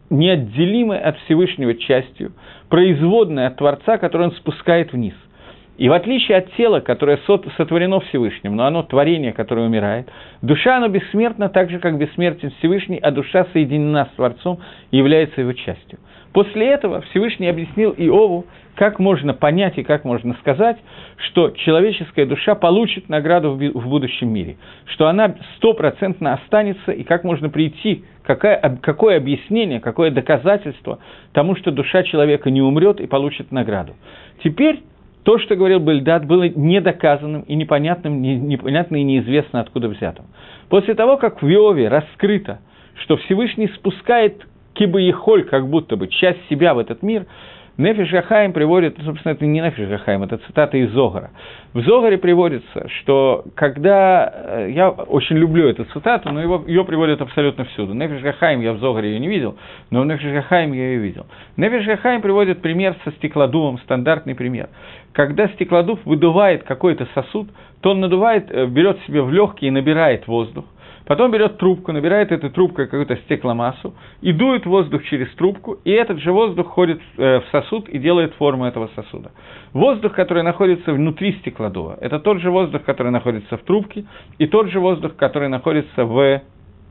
неотделимой от Всевышнего частью, производной от Творца, которую он спускает вниз. И в отличие от тела, которое сотворено Всевышним, но оно творение, которое умирает, душа, оно бессмертна так же, как бессмертен Всевышний, а душа соединена с Творцом и является его частью. После этого Всевышний объяснил Иову, как можно понять и как можно сказать, что человеческая душа получит награду в будущем мире, что она 100% останется, и как можно прийти, какое объяснение, какое доказательство тому, что душа человека не умрет и получит награду. Теперь то, что говорил Бельдад, было недоказанным и непонятным и неизвестно откуда взятым. После того, как в Иове раскрыто, что Всевышний спускает кибо-ехоль, как будто бы часть себя в этот мир, Нефеш ха-Хаим приводит, собственно, это не Нефеш ха-Хаим, это цитата из Зогара. В Зогаре приводится, что когда... Я очень люблю эту цитату, но ее приводят абсолютно всюду. Нефеш ха-Хаим, я в Зогаре ее не видел, но в Нефеш ха-Хаим я ее видел. Нефеш ха-Хаим приводит пример со стеклодувом, стандартный пример. Когда стеклодув выдувает какой-то сосуд, то он берет себе в легкие и набирает воздух. Потом берет трубку, набирает этой трубкой какую-то стекломассу и дует воздух через трубку, и этот же воздух входит в сосуд и делает форму этого сосуда. Воздух, который находится внутри стеклодува, это тот же воздух, который находится в трубке, и тот же воздух, который находится в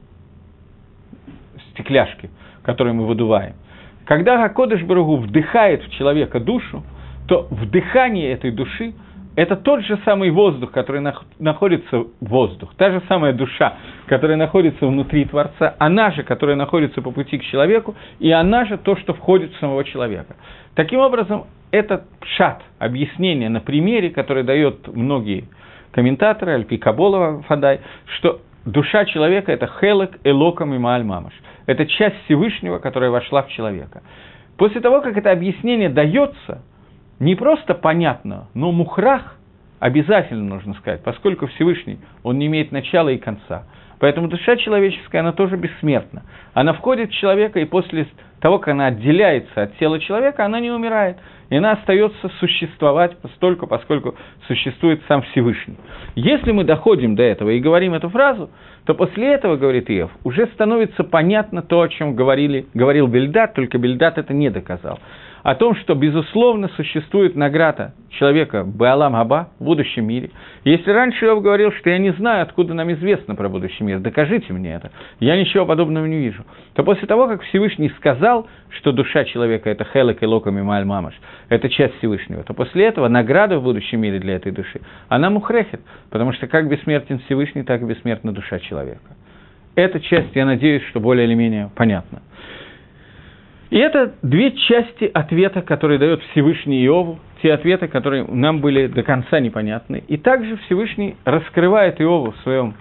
стекляшке, который мы выдуваем. Когда Акодеш Барух Ху вдыхает в человека душу, то вдыхание этой души – это тот же самый воздух, который находится та же самая душа, которая находится внутри Творца, она же, которая находится по пути к человеку, и она же то, что входит в самого человека. Таким образом, это пшат, объяснение на примере, которое дает многие комментаторы, Альпи Каболова, Фадай, что душа человека – это хелек, элокам и мааль мамаш. Это часть Всевышнего, которая вошла в человека. После того, как это объяснение дается, не просто понятно, но мухрах обязательно нужно сказать, поскольку Всевышний, он не имеет начала и конца. Поэтому душа человеческая, она тоже бессмертна. Она входит в человека, и после того, как она отделяется от тела человека, она не умирает. И она остается существовать постольку, поскольку существует сам Всевышний. Если мы доходим до этого и говорим эту фразу, то после этого, говорит Иов, уже становится понятно то, о чем говорил Бельдад, только Бельдад это не доказал. О том, что, безусловно, существует награда человека Беалам Хаба в будущем мире. Если раньше Иов говорил, что я не знаю, откуда нам известно про будущий мир, докажите мне это, я ничего подобного не вижу, то после того, как Всевышний сказал, что душа человека – это хелек, элокам и мааль мамаш, это часть Всевышнего, то после этого награда в будущем мире для этой души, она мухрехет, потому что как бессмертен Всевышний, так и бессмертна душа человека. Эта часть, я надеюсь, что более или менее понятна. И это две части ответа, которые дает Всевышний Иову, те ответы, которые нам были до конца непонятны. И также Всевышний раскрывает Иову в своем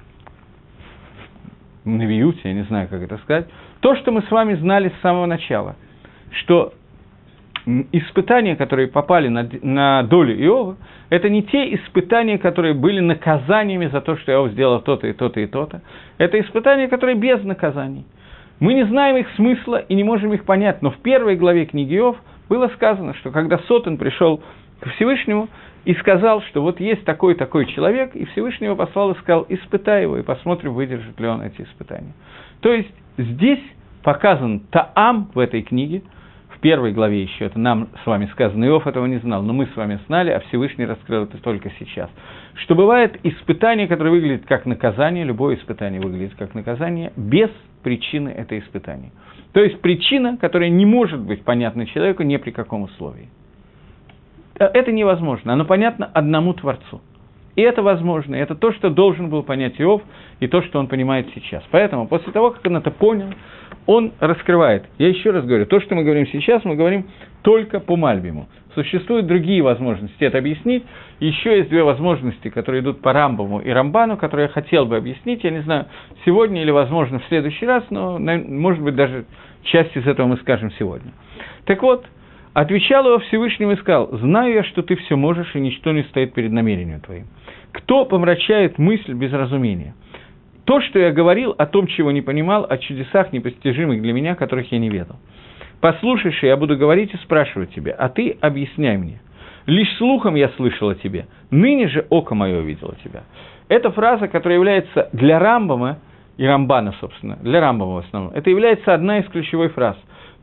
навиюте, я не знаю, как это сказать, то, что мы с вами знали с самого начала, что испытания, которые попали на долю Иова, это не те испытания, которые были наказаниями за то, что Иов сделал то-то и то-то и то-то. Это испытания, которые без наказаний. Мы не знаем их смысла и не можем их понять, но в первой главе книги Иов было сказано, что когда Сотен пришел к Всевышнему и сказал, что вот есть такой-такой человек, и Всевышний его послал и сказал, испытай его, и посмотрим, выдержит ли он эти испытания. То есть здесь показан Таам в этой книге, в первой главе еще, это нам с вами сказано, Иов этого не знал, но мы с вами знали, а Всевышний раскрыл это только сейчас. Что бывает испытание, которое выглядит как наказание, любое испытание выглядит как наказание, без причины это испытание. То есть причина, которая не может быть понятна человеку ни при каком условии. Это невозможно, оно понятно одному Творцу. И это возможно, и это то, что должен был понять Иов, и то, что он понимает сейчас. Поэтому, после того, как он это понял, он раскрывает. Я еще раз говорю, то, что мы говорим сейчас, мы говорим только по Мальбиму. Существуют другие возможности это объяснить. Еще есть две возможности, которые идут по Рамбаму и Рамбану, которые я хотел бы объяснить. Я не знаю, сегодня или, возможно, в следующий раз, но, может быть, даже часть из этого мы скажем сегодня. Так вот, отвечал его Всевышнему и сказал, «Знаю я, что ты все можешь, и ничто не стоит перед намерением твоим. Кто помрачает мысль без разумения? То, что я говорил о том, чего не понимал, о чудесах непостижимых для меня, которых я не ведал. Послушаешь, я буду говорить и спрашивать тебя, а ты объясняй мне. Лишь слухом я слышал о тебе, ныне же око мое увидело тебя». Эта фраза, которая является для Рамбама и Рамбана, собственно, для Рамбама в основном, это является одна из ключевых фраз.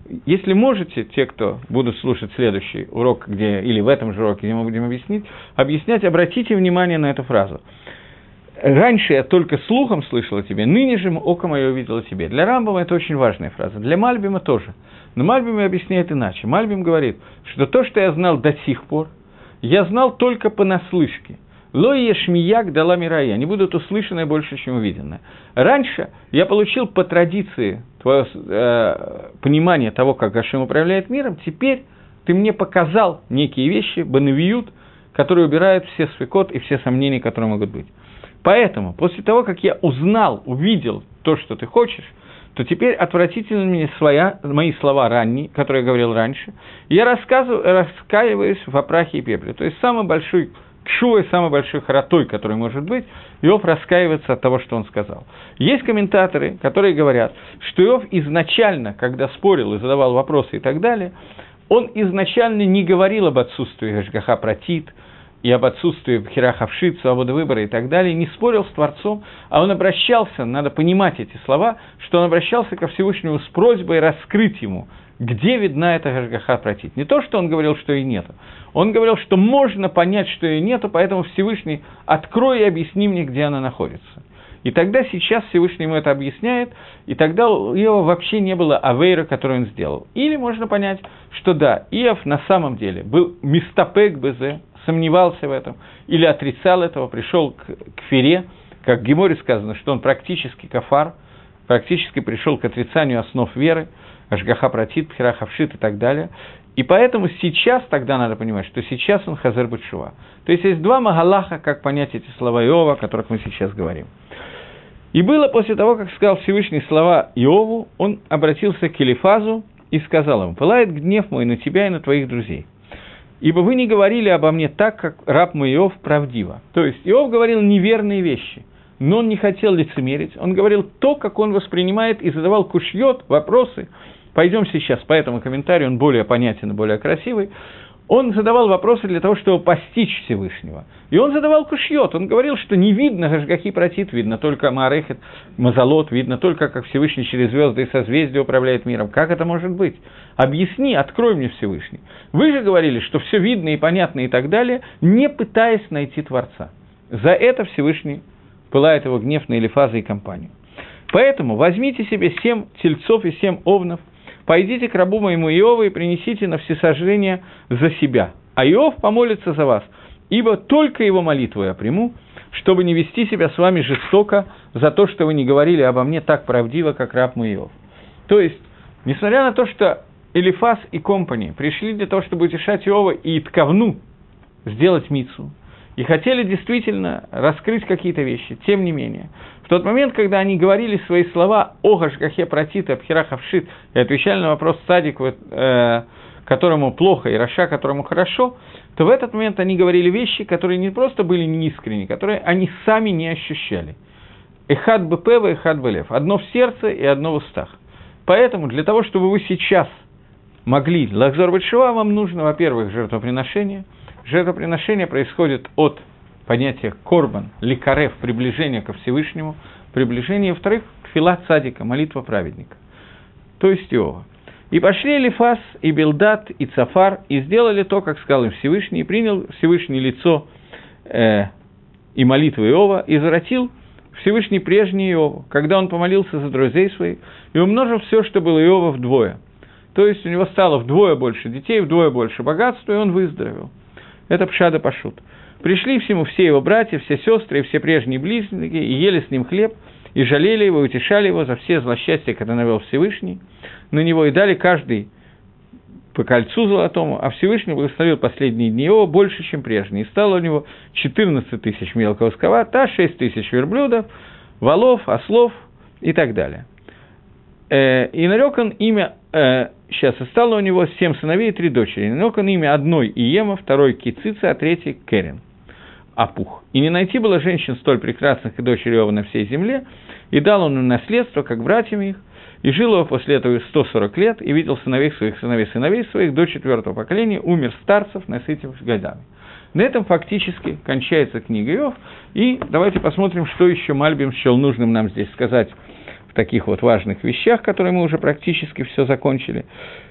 Если можете, те, кто будут слушать следующий урок, где, или в этом же уроке, где мы будем объяснять, обратите внимание на эту фразу. «Раньше я только слухом слышал о тебе, ныне же око мое увидело тебе». Для Рамбама это очень важная фраза, для Мальбима тоже. Но Мальбим объясняет иначе. Мальбим говорит, что то, что я знал до сих пор, я знал только понаслышке. «Ло ешмияк дала мирая», не будут услышанное больше, чем увиденное. Раньше я получил по традиции твое понимание того, как Гашем управляет миром, теперь ты мне показал некие вещи, банавиют, которые убирают все свекот и все сомнения, которые могут быть. Поэтому, после того, как я узнал, увидел то, что ты хочешь, то теперь отвратительны мне мои слова ранние, которые я говорил раньше, и я раскаиваюсь в прахе и пепле. То есть самый большой кшувой, самой большой харатой, который может быть, Иов раскаивается от того, что он сказал. Есть комментаторы, которые говорят, что Иов изначально, когда спорил и задавал вопросы и так далее, он изначально не говорил об отсутствии Гашгаха Пратит и об отсутствии Бхира Хавшит, свободы выбора и так далее, не спорил с Творцом, а он обращался, надо понимать эти слова, что он обращался ко Всевышнему с просьбой раскрыть ему, где видна эта Гашгаха Пратит. Не то, что он говорил, что ее нету. Он говорил, что можно понять, что ее нету, поэтому Всевышний открой и объясни мне, где она находится. И тогда сейчас Всевышний ему это объясняет, и тогда у Иова вообще не было авейра, который он сделал. Или можно понять, что да, Иов на самом деле был мистапек безе, сомневался в этом, или отрицал этого, пришел к фире, как в Геморе сказано, что он практически кафар, практически пришел к отрицанию основ веры, Ашгаха Пратит, Бхира Хавшит и так далее. И поэтому сейчас, тогда надо понимать, что сейчас он Хазер Бетшува. То есть есть два магалаха, как понять эти слова Иова, о которых мы сейчас говорим. И было после того, как сказал Всевышний слова Иову, он обратился к Элифазу и сказал ему: «Пылает гнев мой на тебя и на твоих друзей, ибо вы не говорили обо мне так, как раб мой Иов правдиво». То есть Иов говорил неверные вещи, но он не хотел лицемерить, он говорил то, как он воспринимает, и задавал кушьет, вопросы. Пойдем сейчас по этому комментарию, он более понятен и более красивый. Он задавал вопросы для того, чтобы постичь Всевышнего. И он задавал кушьет, он говорил, что не видно Гашгахи Пратит, видно только Маарехет, Мазалот, видно только, как Всевышний через звезды и созвездия управляет миром. Как это может быть? Объясни, открой мне Всевышний. Вы же говорили, что все видно и понятно и так далее, не пытаясь найти Творца. За это Всевышний пылает его гнев на Элифаза и компанию. Поэтому возьмите себе 7 тельцов и 7 овнов, пойдите к рабу моему Иову и принесите на всесожжение за себя, а Иов помолится за вас, ибо только его молитву я приму, чтобы не вести себя с вами жестоко за то, что вы не говорили обо мне так правдиво, как раб мой Иов». То есть, несмотря на то, что Элифаз и компания пришли для того, чтобы утешать Иова и ткавну сделать мицву, и хотели действительно раскрыть какие-то вещи, тем не менее, в тот момент, когда они говорили свои слова о Гашгахе Пратит, о Бхира Хавшит, и отвечали на вопрос Цадик, которому плохо, и Раша, которому хорошо, то в этот момент они говорили вещи, которые не просто были неискренни, которые они сами не ощущали. Эхад бпв, эхад блев. Одно в сердце и одно в устах. Поэтому для того, чтобы вы сейчас могли лахзор бетшува, вам нужно, во-первых, жертвоприношение. Жертвоприношение происходит от понятия корбан, ликарев, приближение ко Всевышнему, приближение, во-вторых, тфила цадика, молитва праведника, то есть Иова. И пошли Элифаз, и Билдат, и Цафар, и сделали то, как сказал им Всевышний, и принял Всевышний лицо и молитву Иова, и заратил Всевышний прежний Иову, когда он помолился за друзей своих, и умножил все, что было Иова, вдвое. То есть у него стало вдвое больше детей, вдвое больше богатства, и он выздоровел. Это Пшада Пашут. Пришли к всему все его братья, все сестры и все прежние близнецы, и ели с ним хлеб, и жалели его, и утешали его за все злосчастья, когда навел Всевышний на него, и дали каждый по кольцу золотому, а Всевышний благословил последние дни его больше, чем прежние. И стало у него 14 тысяч мелкого скота, 6 тысяч верблюдов, волов, ослов и так далее. И нарек он имя, сейчас, и стало у него 7 сыновей и 3 дочери. И нарек он имя одной Иема, второй Кицица, а третьей Керен, Апух. И не найти было женщин столь прекрасных и дочери Иова на всей земле, и дал он им наследство, как братьям их, и жил его после этого 140 лет, и видел сыновей своих, сыновей своих, до 4-го поколения, умер старцев, насытившись годами. На этом фактически кончается книга Иов, и давайте посмотрим, что еще Мальбим счел нужным нам здесь сказать таких вот важных вещах, которые мы уже практически все закончили.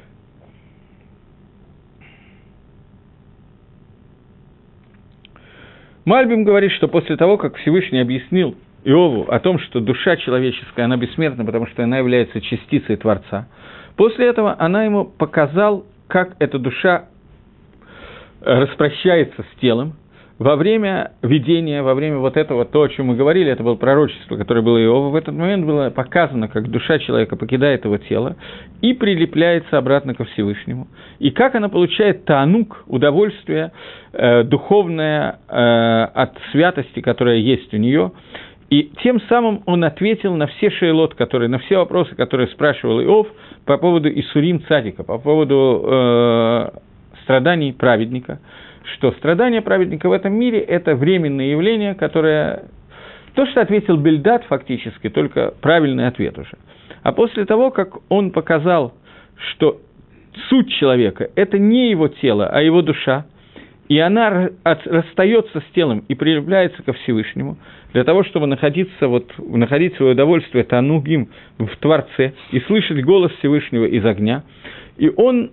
Мальбим говорит, что после того, как Всевышний объяснил Иову о том, что душа человеческая, она бессмертна, потому что она является частицей Творца, после этого она ему показал, как эта душа распрощается с телом во время видения, во время вот этого, то, о чем мы говорили, это было пророчество, которое было Иова, в этот момент было показано, как душа человека покидает его тело и прилепляется обратно ко Всевышнему, и как она получает таанук, удовольствие духовное от святости, которая есть у нее. И тем самым он ответил на все шейлот, на все вопросы, которые спрашивал Иов по поводу Исурим Цадика, по поводу страданий праведника, что страдания праведника в этом мире – это временное явление, которое… То, что ответил Бельдад, фактически, только правильный ответ уже. А после того, как он показал, что суть человека – это не его тело, а его душа, и она расстается с телом и прилепляется ко Всевышнему, для того, чтобы находить свое удовольствие танугим в Творце и слышать голос Всевышнего из огня. И он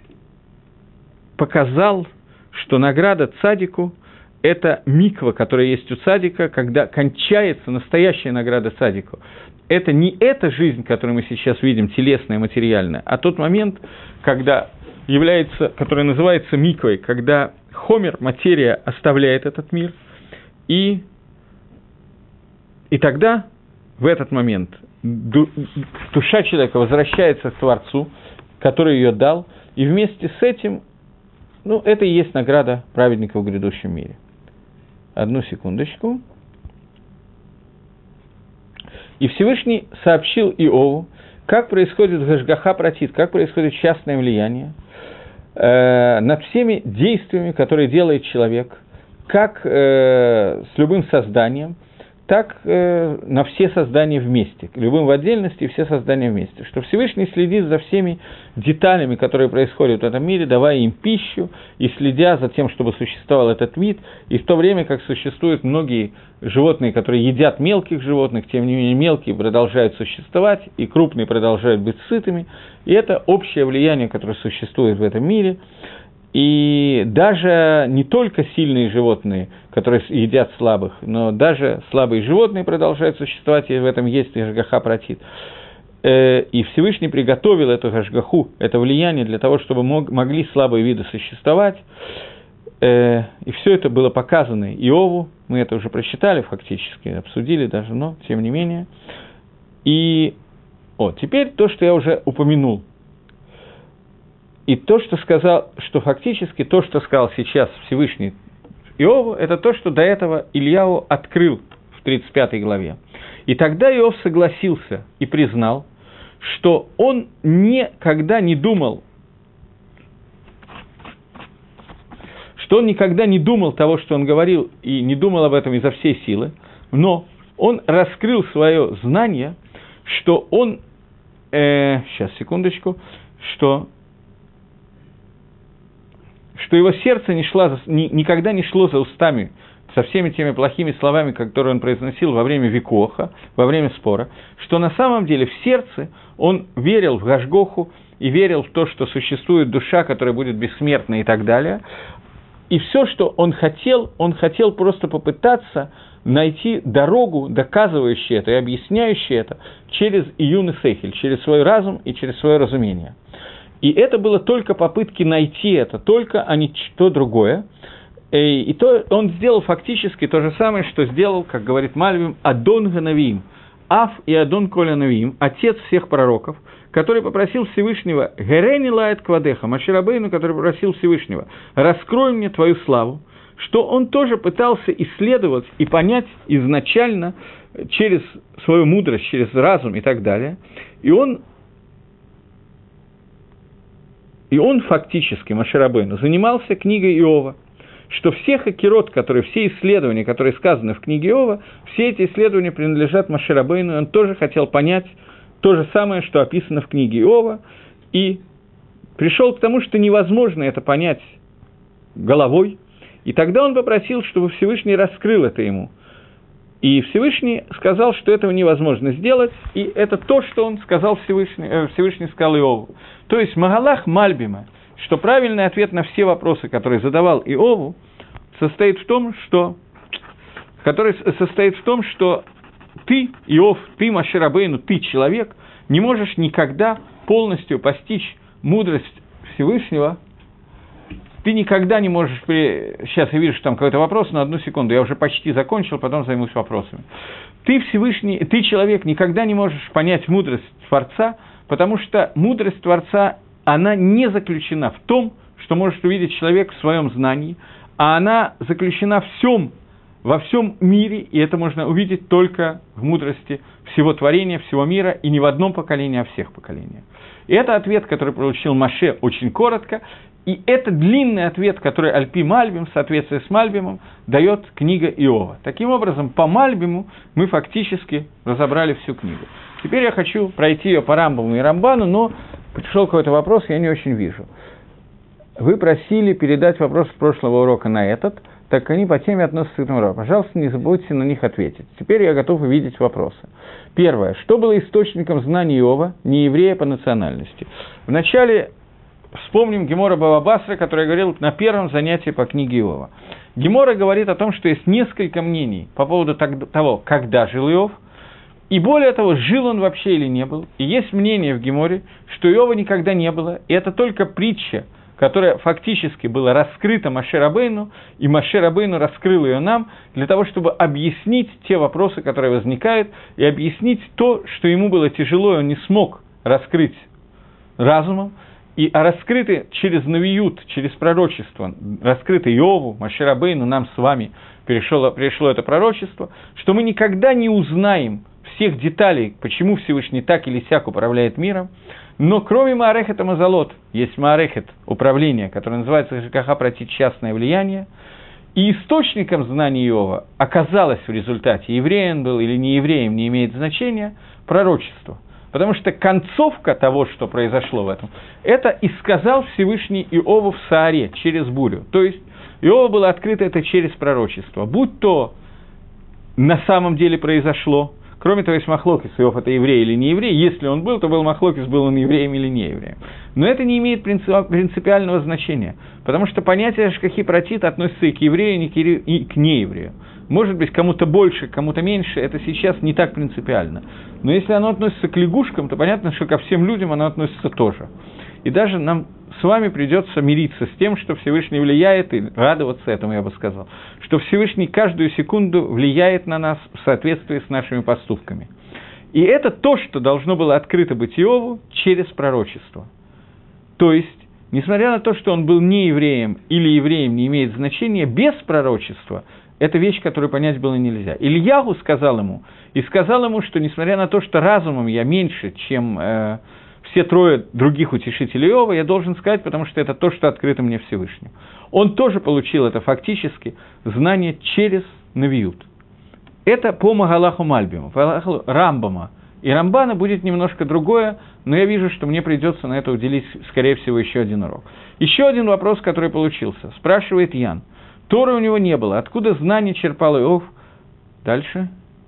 показал, что награда цадику – это миква, которая есть у цадика, когда кончается настоящая награда цадику. Это не эта жизнь, которую мы сейчас видим, телесная, материальная, а тот момент, когда который называется миквой, когда хомер, материя, оставляет этот мир, и тогда, в этот момент, душа человека возвращается к Творцу, который ее дал, и вместе с этим, это и есть награда праведника в грядущем мире. Одну секундочку. И Всевышний сообщил Иову, как происходит гашгаха пратит, как происходит частное влияние над всеми действиями, которые делает человек, как с любым созданием, так на все создания вместе, любым в отдельности и все создания вместе, что Всевышний следит за всеми деталями, которые происходят в этом мире, давая им пищу и следя за тем, чтобы существовал этот вид, и в то время как существуют многие животные, которые едят мелких животных, тем не менее мелкие продолжают существовать, и крупные продолжают быть сытыми, и это общее влияние, которое существует в этом мире. И даже не только сильные животные, которые едят слабых, но даже слабые животные продолжают существовать, и в этом есть гашгаха пратит. И Всевышний приготовил эту гашгаху, это влияние для того, чтобы могли слабые виды существовать. И все это было показано Иову, мы это уже прочитали фактически, обсудили даже, но тем не менее. И теперь то, что я уже упомянул. И то, что сказал, что фактически то, что сказал сейчас Всевышний Иову, это то, что до этого Ильяу открыл в 35 главе. И тогда Иов согласился и признал, что он никогда не думал, того, что он говорил, и не думал об этом изо всей силы, но он раскрыл свое знание, что он, что его сердце никогда не шло за устами со всеми теми плохими словами, которые он произносил во время викоха, во время спора, что на самом деле в сердце он верил в гашгоху и верил в то, что существует душа, которая будет бессмертна и так далее. И все, что он хотел просто попытаться найти дорогу, доказывающую это и объясняющую это через июн и сейхель, через свой разум и через свое разумение. И это было только попытки найти это, а не что другое. И то он сделал фактически то же самое, что сделал, как говорит Мальбим, Адон Ганавиим, Аф и Адон Коля Навиим, отец всех пророков, который попросил Всевышнего, Герени лает квадеха, Моше Рабейну, который попросил Всевышнего, раскрой мне твою славу, что он тоже пытался исследовать и понять изначально через свою мудрость, через разум и так далее. И он фактически, Моше Рабейну, занимался книгой Иова, что все хакерот, все исследования, которые сказаны в книге Иова, все эти исследования принадлежат Моше Рабейну, и он тоже хотел понять то же самое, что описано в книге Иова, и пришел к тому, что невозможно это понять головой, и тогда он попросил, чтобы Всевышний раскрыл это ему. И Всевышний сказал, что этого невозможно сделать, и это то, что он сказал Всевышний сказал Иову. То есть Магалах Мальбима, что правильный ответ на все вопросы, которые задавал Иову, состоит в том, что ты, Иов, ты, Моше Рабейну, ты, человек, не можешь никогда полностью постичь мудрость Всевышнего. Ты никогда не можешь... Сейчас я вижу, что там какой-то вопрос, но одну секунду, я уже почти закончил, потом займусь вопросами. Ты, Всевышний, ты, человек, никогда не можешь понять мудрость Творца, потому что мудрость Творца, она не заключена в том, что может увидеть человек в своем знании, а она заключена во всем мире, и это можно увидеть только в мудрости всего творения, всего мира, и не в одном поколении, а всех поколениях. И это ответ, который получил Моше очень коротко, и это длинный ответ, который Альпи Мальбим, в соответствии с Мальбимом, дает книга Иова. Таким образом, по Мальбиму мы фактически разобрали всю книгу. Теперь я хочу пройти ее по Рамбаму и Рамбану, но пришел какой-то вопрос, я не очень вижу. Вы просили передать вопрос с прошлого урока на этот, так как они по теме относятся к этому уроку. Пожалуйста, не забудьте на них ответить. Теперь я готов увидеть вопросы. Первое. Что было источником знаний Иова, не еврея по национальности? Вначале вспомним Гемора Бава Басра, который я говорил на первом занятии по книге Иова. Гемора говорит о том, что есть несколько мнений по поводу того, когда жил Иов, и более того, жил он вообще или не был. И есть мнение в Геморе, что Иова никогда не было, и это только притча, которая фактически была раскрыта Моше Рабейну, и Моше Рабейну раскрыл ее нам для того, чтобы объяснить те вопросы, которые возникают, и объяснить то, что ему было тяжело, и он не смог раскрыть разумом, а раскрыты через навиют, через пророчество, раскрыто Иову, Моше Рабейну, нам с вами пришло это пророчество, что мы никогда не узнаем всех деталей, почему Всевышний так или сяк управляет миром, но кроме Маарехета Мазалот, есть Маарехет управления, которое называется Жкаха против частное влияние, и источником знаний Иова оказалось в результате, еврей он был или не евреем, не имеет значения, пророчество. Потому что концовка того, что произошло в этом, это и сказал Всевышний Иову в Сааре через бурю. То есть Иову было открыто это через пророчество. Будь то на самом деле произошло, кроме того, есть махлокис, Иов это еврей или не еврей, если он был, то был махлокис, был он евреем или не евреем. Но это не имеет принципиального значения, потому что понятие шкахи протит относится и к еврею, и к нееврею. Может быть, кому-то больше, кому-то меньше, это сейчас не так принципиально. Но если оно относится к лягушкам, то понятно, что ко всем людям оно относится тоже. И даже нам с вами придется мириться с тем, что Всевышний влияет, и радоваться этому, я бы сказал, что Всевышний каждую секунду влияет на нас в соответствии с нашими поступками. И это то, что должно было открыто быть Иову через пророчество. То есть, несмотря на то, что он был не евреем или евреем, не имеет значения, без пророчества – это вещь, которую понять было нельзя. Ильяху сказал ему, что несмотря на то, что разумом я меньше, чем все трое других утешителей Иова, я должен сказать, потому что это то, что открыто мне Всевышним. Он тоже получил это фактически знание через Навиют. Это по Магалаху Мальбиму, по Магалаху Рамбама. И Рамбана будет немножко другое, но я вижу, что мне придется на это уделить, скорее всего, еще один урок. Еще один вопрос, который получился. Спрашивает Ян. Торы у него не было. Откуда знание черпал Иов? Дальше.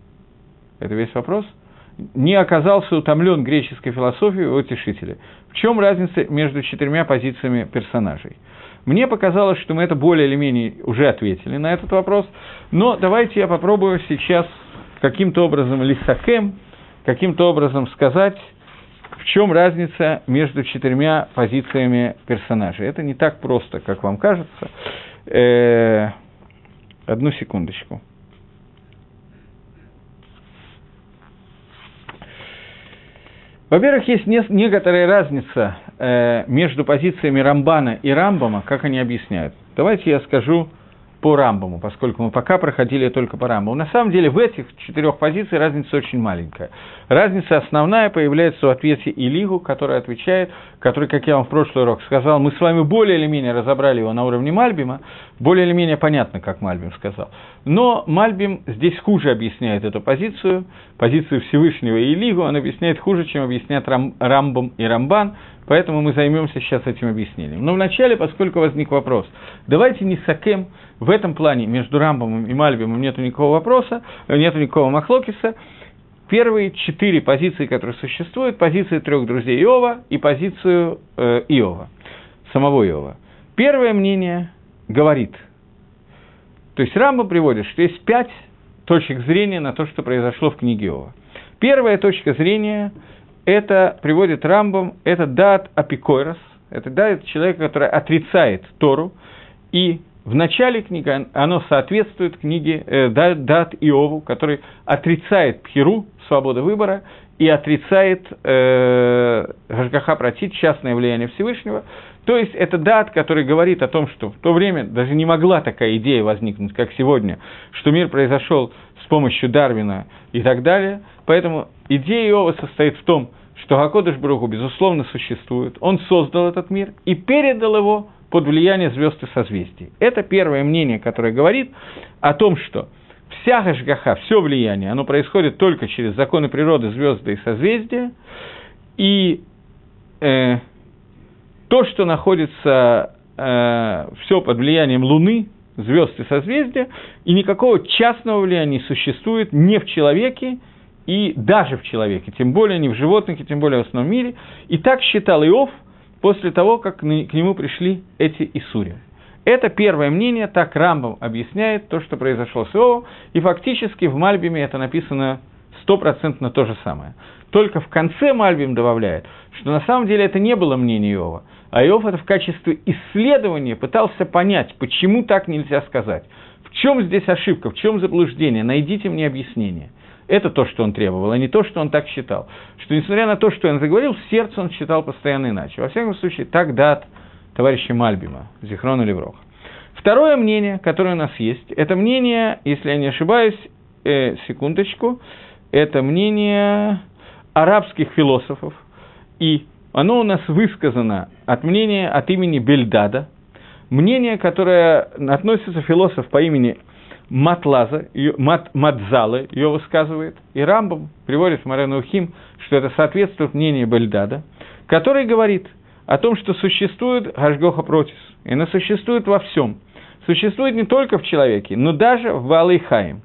Это весь вопрос. Не оказался утомлен греческой философией у утешителя. В чем разница между 4 позициями персонажей? Мне показалось, что мы это более или менее уже ответили на этот вопрос, но давайте я попробую сейчас каким-то образом лисакем, каким-то образом сказать, в чем разница между 4 позициями персонажей. Это не так просто, как вам кажется. Одну секундочку. Во-первых, есть некоторая разница между позициями Рамбана и Рамбама, как они объясняют. Давайте я скажу по Рамбаму, поскольку мы пока проходили только по Рамбаму. На самом деле в этих 4 позициях разница очень маленькая. Разница основная появляется в ответе Илигу, который отвечает, который, как я вам в прошлый урок сказал, мы с вами более или менее разобрали его на уровне Мальбима, более или менее понятно, как Мальбим сказал. Но Мальбим здесь хуже объясняет эту позицию Всевышнего и Илигу, он объясняет хуже, чем объяснят Рамбам и Рамбан, поэтому мы займемся сейчас этим объяснением. Но вначале, поскольку возник вопрос, давайте не сакем, в этом плане между Рамбамом и Мальбимом нету никакого вопроса, нету никакого махлокиса. Первые 4 позиции, которые существуют, позиции 3 друзей Иова и позицию Иова, самого Иова. Первое мнение говорит, то есть Рамбам приводит, что есть 5 точек зрения на то, что произошло в книге Иова. Первая точка зрения, это приводит Рамбам, это дат апикойрос, это дат человека, который отрицает Тору, и в начале книги оно соответствует книге дат Иову, который отрицает пхиру, свободу выбора, и отрицает гашгаха пратит, частное влияние Всевышнего. То есть это дат, который говорит о том, что в то время даже не могла такая идея возникнуть, как сегодня, что мир произошел с помощью Дарвина и так далее. Поэтому идея Иова состоит в том, что Акодыш Барух Ху, безусловно, существует, он создал этот мир и передал его под влияние звезд и созвездий. Это первое мнение, которое говорит о том, что вся гашгаха, все влияние, оно происходит только через законы природы, звезды и созвездия, и то, что находится все под влиянием Луны, звезд и созвездия, и никакого частного влияния не существует ни в человеке, и даже в человеке, тем более не в животных, и тем более в основном мире. И так считал Иов после того, как к нему пришли эти Исурим. Это первое мнение, так Рамбам объясняет то, что произошло с Иовом, и фактически в Мальбиме это написано 100% то же самое. Только в конце Мальбим добавляет, что на самом деле это не было мнение Иова, а Иов это в качестве исследования пытался понять, почему так нельзя сказать. В чем здесь ошибка, в чем заблуждение, найдите мне объяснение. Это то, что он требовал, а не то, что он так считал. Что, несмотря на то, что он заговорил, в сердце он считал постоянно иначе. Во всяком случае, так дат товарища Мальбима, Зихрон Левроха. Второе мнение, которое у нас есть, это мнение, если я не ошибаюсь, секундочку, это мнение арабских философов, и оно у нас высказано от имени Бельдада, мнение, которое относится философ по имени Матзалы, ее высказывает, и Рамбам приводит в Морэ Неухим, что это соответствует мнению Бельдада, который говорит о том, что существует гашгоха протис, и она существует во всем. Существует не только в человеке, но даже в Баалей Хаим.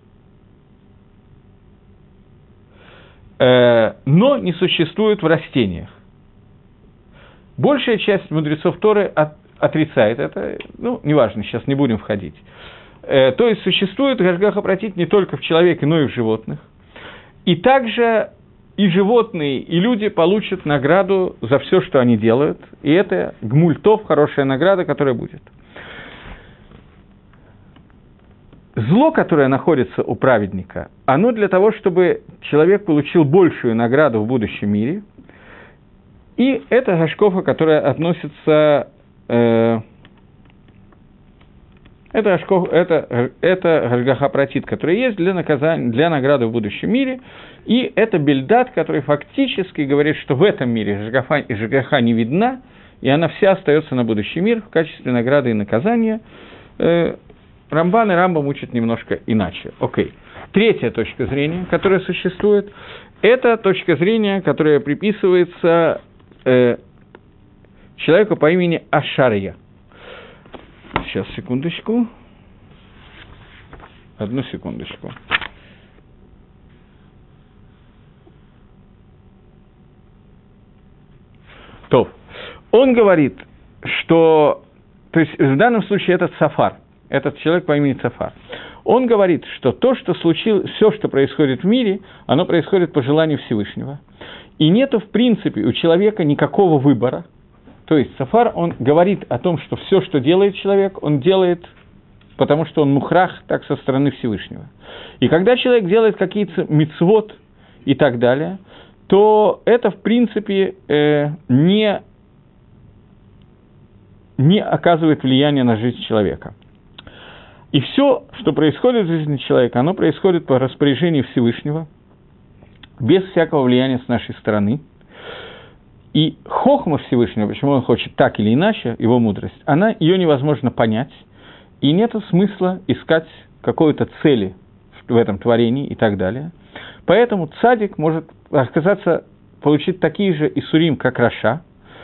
Но не существует в растениях. Большая часть мудрецов Торы отрицает это, неважно, сейчас не будем входить. То есть существует гашгаха пратит не только в человеке, но и в животных. И также и животные, и люди получат награду за все, что они делают, и это гмуль тов, хорошая награда, которая будет. Зло, которое находится у праведника, оно для того, чтобы человек получил большую награду в будущем мире, и это гашкофа, которая относится... Это гашгаха пратит, которая есть для наказания, для награды в будущем мире, и это бельдат, который фактически говорит, что в этом мире гашгаха не видна, и она вся остается на будущий мир в качестве награды и наказания. Рамбан и Рамбам учат немножко иначе. Окей. Третья точка зрения, которая существует, это точка зрения, которая приписывается человеку по имени Ашария. Сейчас, секундочку. Одну секундочку. То. Он говорит, что... То есть, в данном случае этот Сафар, этот человек по имени Сафар, он говорит, что то, что случилось, все, что происходит в мире, оно происходит по желанию Всевышнего. И нету, в принципе, у человека никакого выбора. То есть Сафар, он говорит о том, что все, что делает человек, он делает, потому что он мухрах, так со стороны Всевышнего. И когда человек делает какие-то мицвот и так далее, то это, в принципе, не оказывает влияния на жизнь человека. И все, что происходит в жизни человека, оно происходит по распоряжению Всевышнего, без всякого влияния с нашей стороны. И хохма Всевышнего, почему он хочет так или иначе, его мудрость, ее невозможно понять, и нет смысла искать какой-то цели в этом творении и так далее. Поэтому цадик может оказаться, получить такие же исурим, как раша,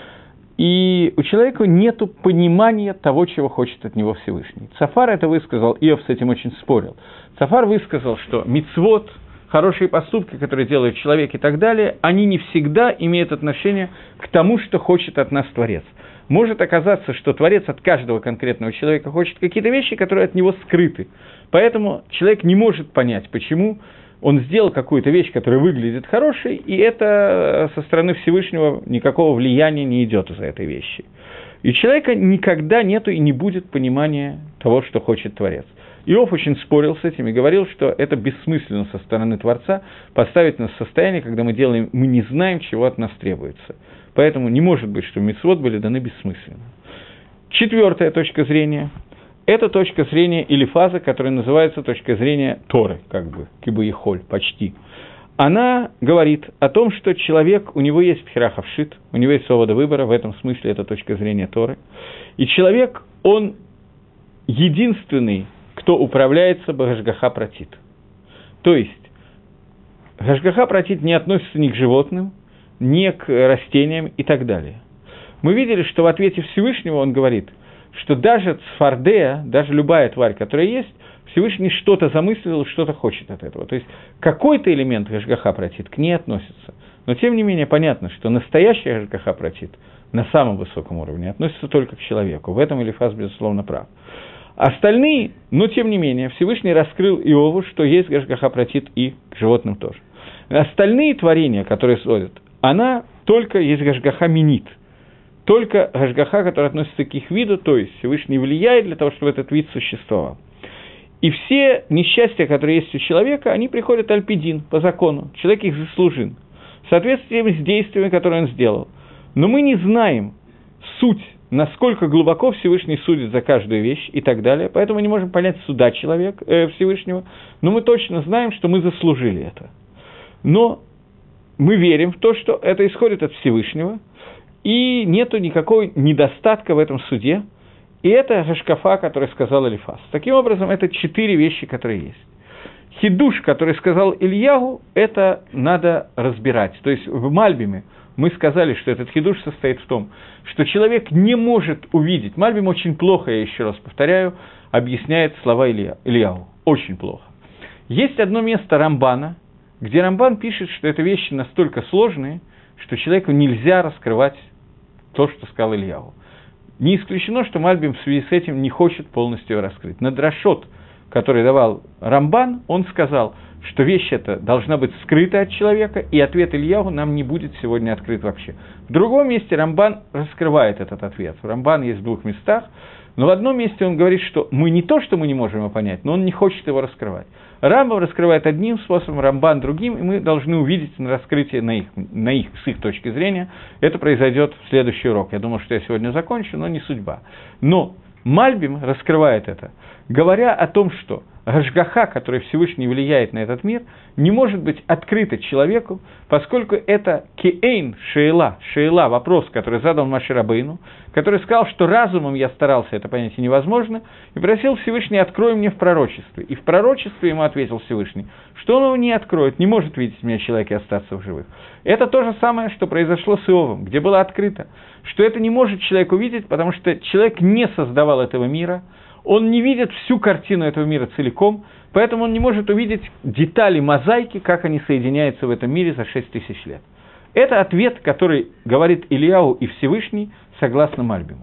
и у человека нет понимания того, чего хочет от него Всевышний. Цафар это высказал, Иов с этим очень спорил. Цафар высказал, что мицвот, хорошие поступки, которые делает человек и так далее, они не всегда имеют отношение к тому, что хочет от нас Творец. Может оказаться, что Творец от каждого конкретного человека хочет какие-то вещи, которые от него скрыты. Поэтому человек не может понять, почему он сделал какую-то вещь, которая выглядит хорошей, и это со стороны Всевышнего никакого влияния не идет из-за этой вещи. И у человека никогда нету и не будет понимания того, что хочет Творец. Иов очень спорил с этим и говорил, что это бессмысленно со стороны Творца поставить нас в состояние, когда мы не знаем, чего от нас требуется. Поэтому не может быть, что мицвот были даны бессмысленно. Четвертая точка зрения – это точка зрения Элифаза, которая называется точка зрения Торы, как бы, кибо-ихоль, почти. Она говорит о том, что человек, у него есть пхирахавшит, у него есть свобода выбора, в этом смысле это точка зрения Торы. И человек, он единственный, кто управляется бгашгаха пратит. То есть, гашгаха пратит не относится ни к животным, ни к растениям и так далее. Мы видели, что в ответе Всевышнего он говорит, что даже цфардея, даже любая тварь, которая есть, Всевышний что-то замыслил, что-то хочет от этого. То есть, какой-то элемент гашгаха пратит к ней относится. Но, тем не менее, понятно, что настоящая гашгаха пратит на самом высоком уровне относится только к человеку. В этом Элифаз, безусловно, прав. Остальные, но тем не менее, Всевышний раскрыл Иову, что есть гашгаха пратит и к животным тоже. Остальные творения, которые сводят, она только есть гашгаха минит, только гашгаха, которая относится к их виду, то есть Всевышний влияет для того, чтобы этот вид существовал. И все несчастья, которые есть у человека, они приходят альпидин, по закону, человек их заслужил, в соответствии с действиями, которые он сделал. Но мы не знаем суть, насколько глубоко Всевышний судит за каждую вещь и так далее, поэтому не можем понять суда Всевышнего, но мы точно знаем, что мы заслужили это. Но мы верим в то, что это исходит от Всевышнего, и нету никакого недостатка в этом суде, и это гашкафа, который сказал Элифаз. Таким образом, это 4 вещи, которые есть. Хидуш, который сказал Ильягу, это надо разбирать. То есть в Мальбиме мы сказали, что этот хидуш состоит в том, что человек не может увидеть. Мальбим очень плохо, я еще раз повторяю, объясняет слова Ильягу. Очень плохо. Есть одно место Рамбана, где Рамбан пишет, что это вещи настолько сложные, что человеку нельзя раскрывать то, что сказал Ильягу. Не исключено, что Мальбим в связи с этим не хочет полностью его раскрыть. На Драшот, который давал Рамбан, он сказал, что вещь эта должна быть скрыта от человека, и ответ Ильягу нам не будет сегодня открыт вообще. В другом месте Рамбан раскрывает этот ответ. Рамбан есть в 2 местах, но в одном месте он говорит, что мы не то, что мы не можем его понять, но он не хочет его раскрывать. Рамбам раскрывает одним способом, Рамбан другим, и мы должны увидеть на раскрытие с их точки зрения. Это произойдет в следующий урок. Я думаю, что я сегодня закончу, но не судьба. Но Мальбим раскрывает это, говоря о том, что гашгаха, который Всевышний влияет на этот мир, не может быть открыта человеку, поскольку это кеэйн шеила, вопрос, который задал Моше Рабейну, который сказал, что разумом я старался это понять невозможно, и просил Всевышний, открой мне в пророчестве. И в пророчестве ему ответил Всевышний, что он его не откроет, не может видеть меня человек и остаться в живых. Это то же самое, что произошло с Иовом, где было открыто, что это не может человек увидеть, потому что человек не создавал этого мира, он не видит всю картину этого мира целиком, поэтому он не может увидеть детали мозаики, как они соединяются в этом мире за 6000 лет. Это ответ, который говорит Ильяу и Всевышний, согласно Мальбиму.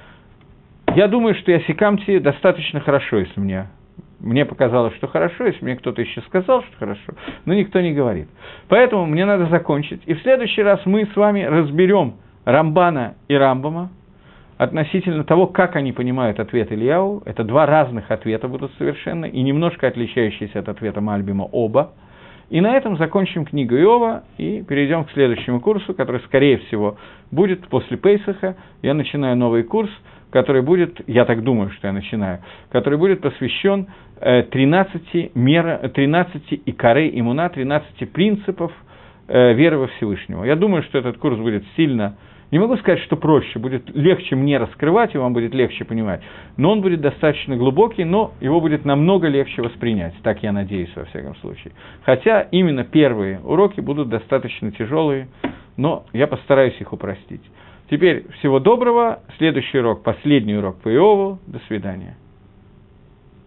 Я думаю, что я Сикамти достаточно хорошо, если мне показалось, что хорошо, если мне кто-то еще сказал, что хорошо, но никто не говорит. Поэтому мне надо закончить. И в следующий раз мы с вами разберем Рамбана и Рамбама относительно того, как они понимают ответ Ильяу. Это 2 разных ответа будут совершенно, и немножко отличающиеся от ответа Мальбима оба. И на этом закончим книгу Иова и перейдем к следующему курсу, который, скорее всего, будет после Пейсаха. Я начинаю новый курс, который будет, я так думаю, что я начинаю, который будет посвящен 13 икарей имуна, 13 принципов веры во Всевышнего. Я думаю, что этот курс будет сильно, не могу сказать, что проще, будет легче мне раскрывать, и вам будет легче понимать, но он будет достаточно глубокий, но его будет намного легче воспринять, так я надеюсь, во всяком случае. Хотя именно первые уроки будут достаточно тяжелые, но я постараюсь их упростить. Теперь всего доброго. Следующий урок, последний урок по Иову. До свидания.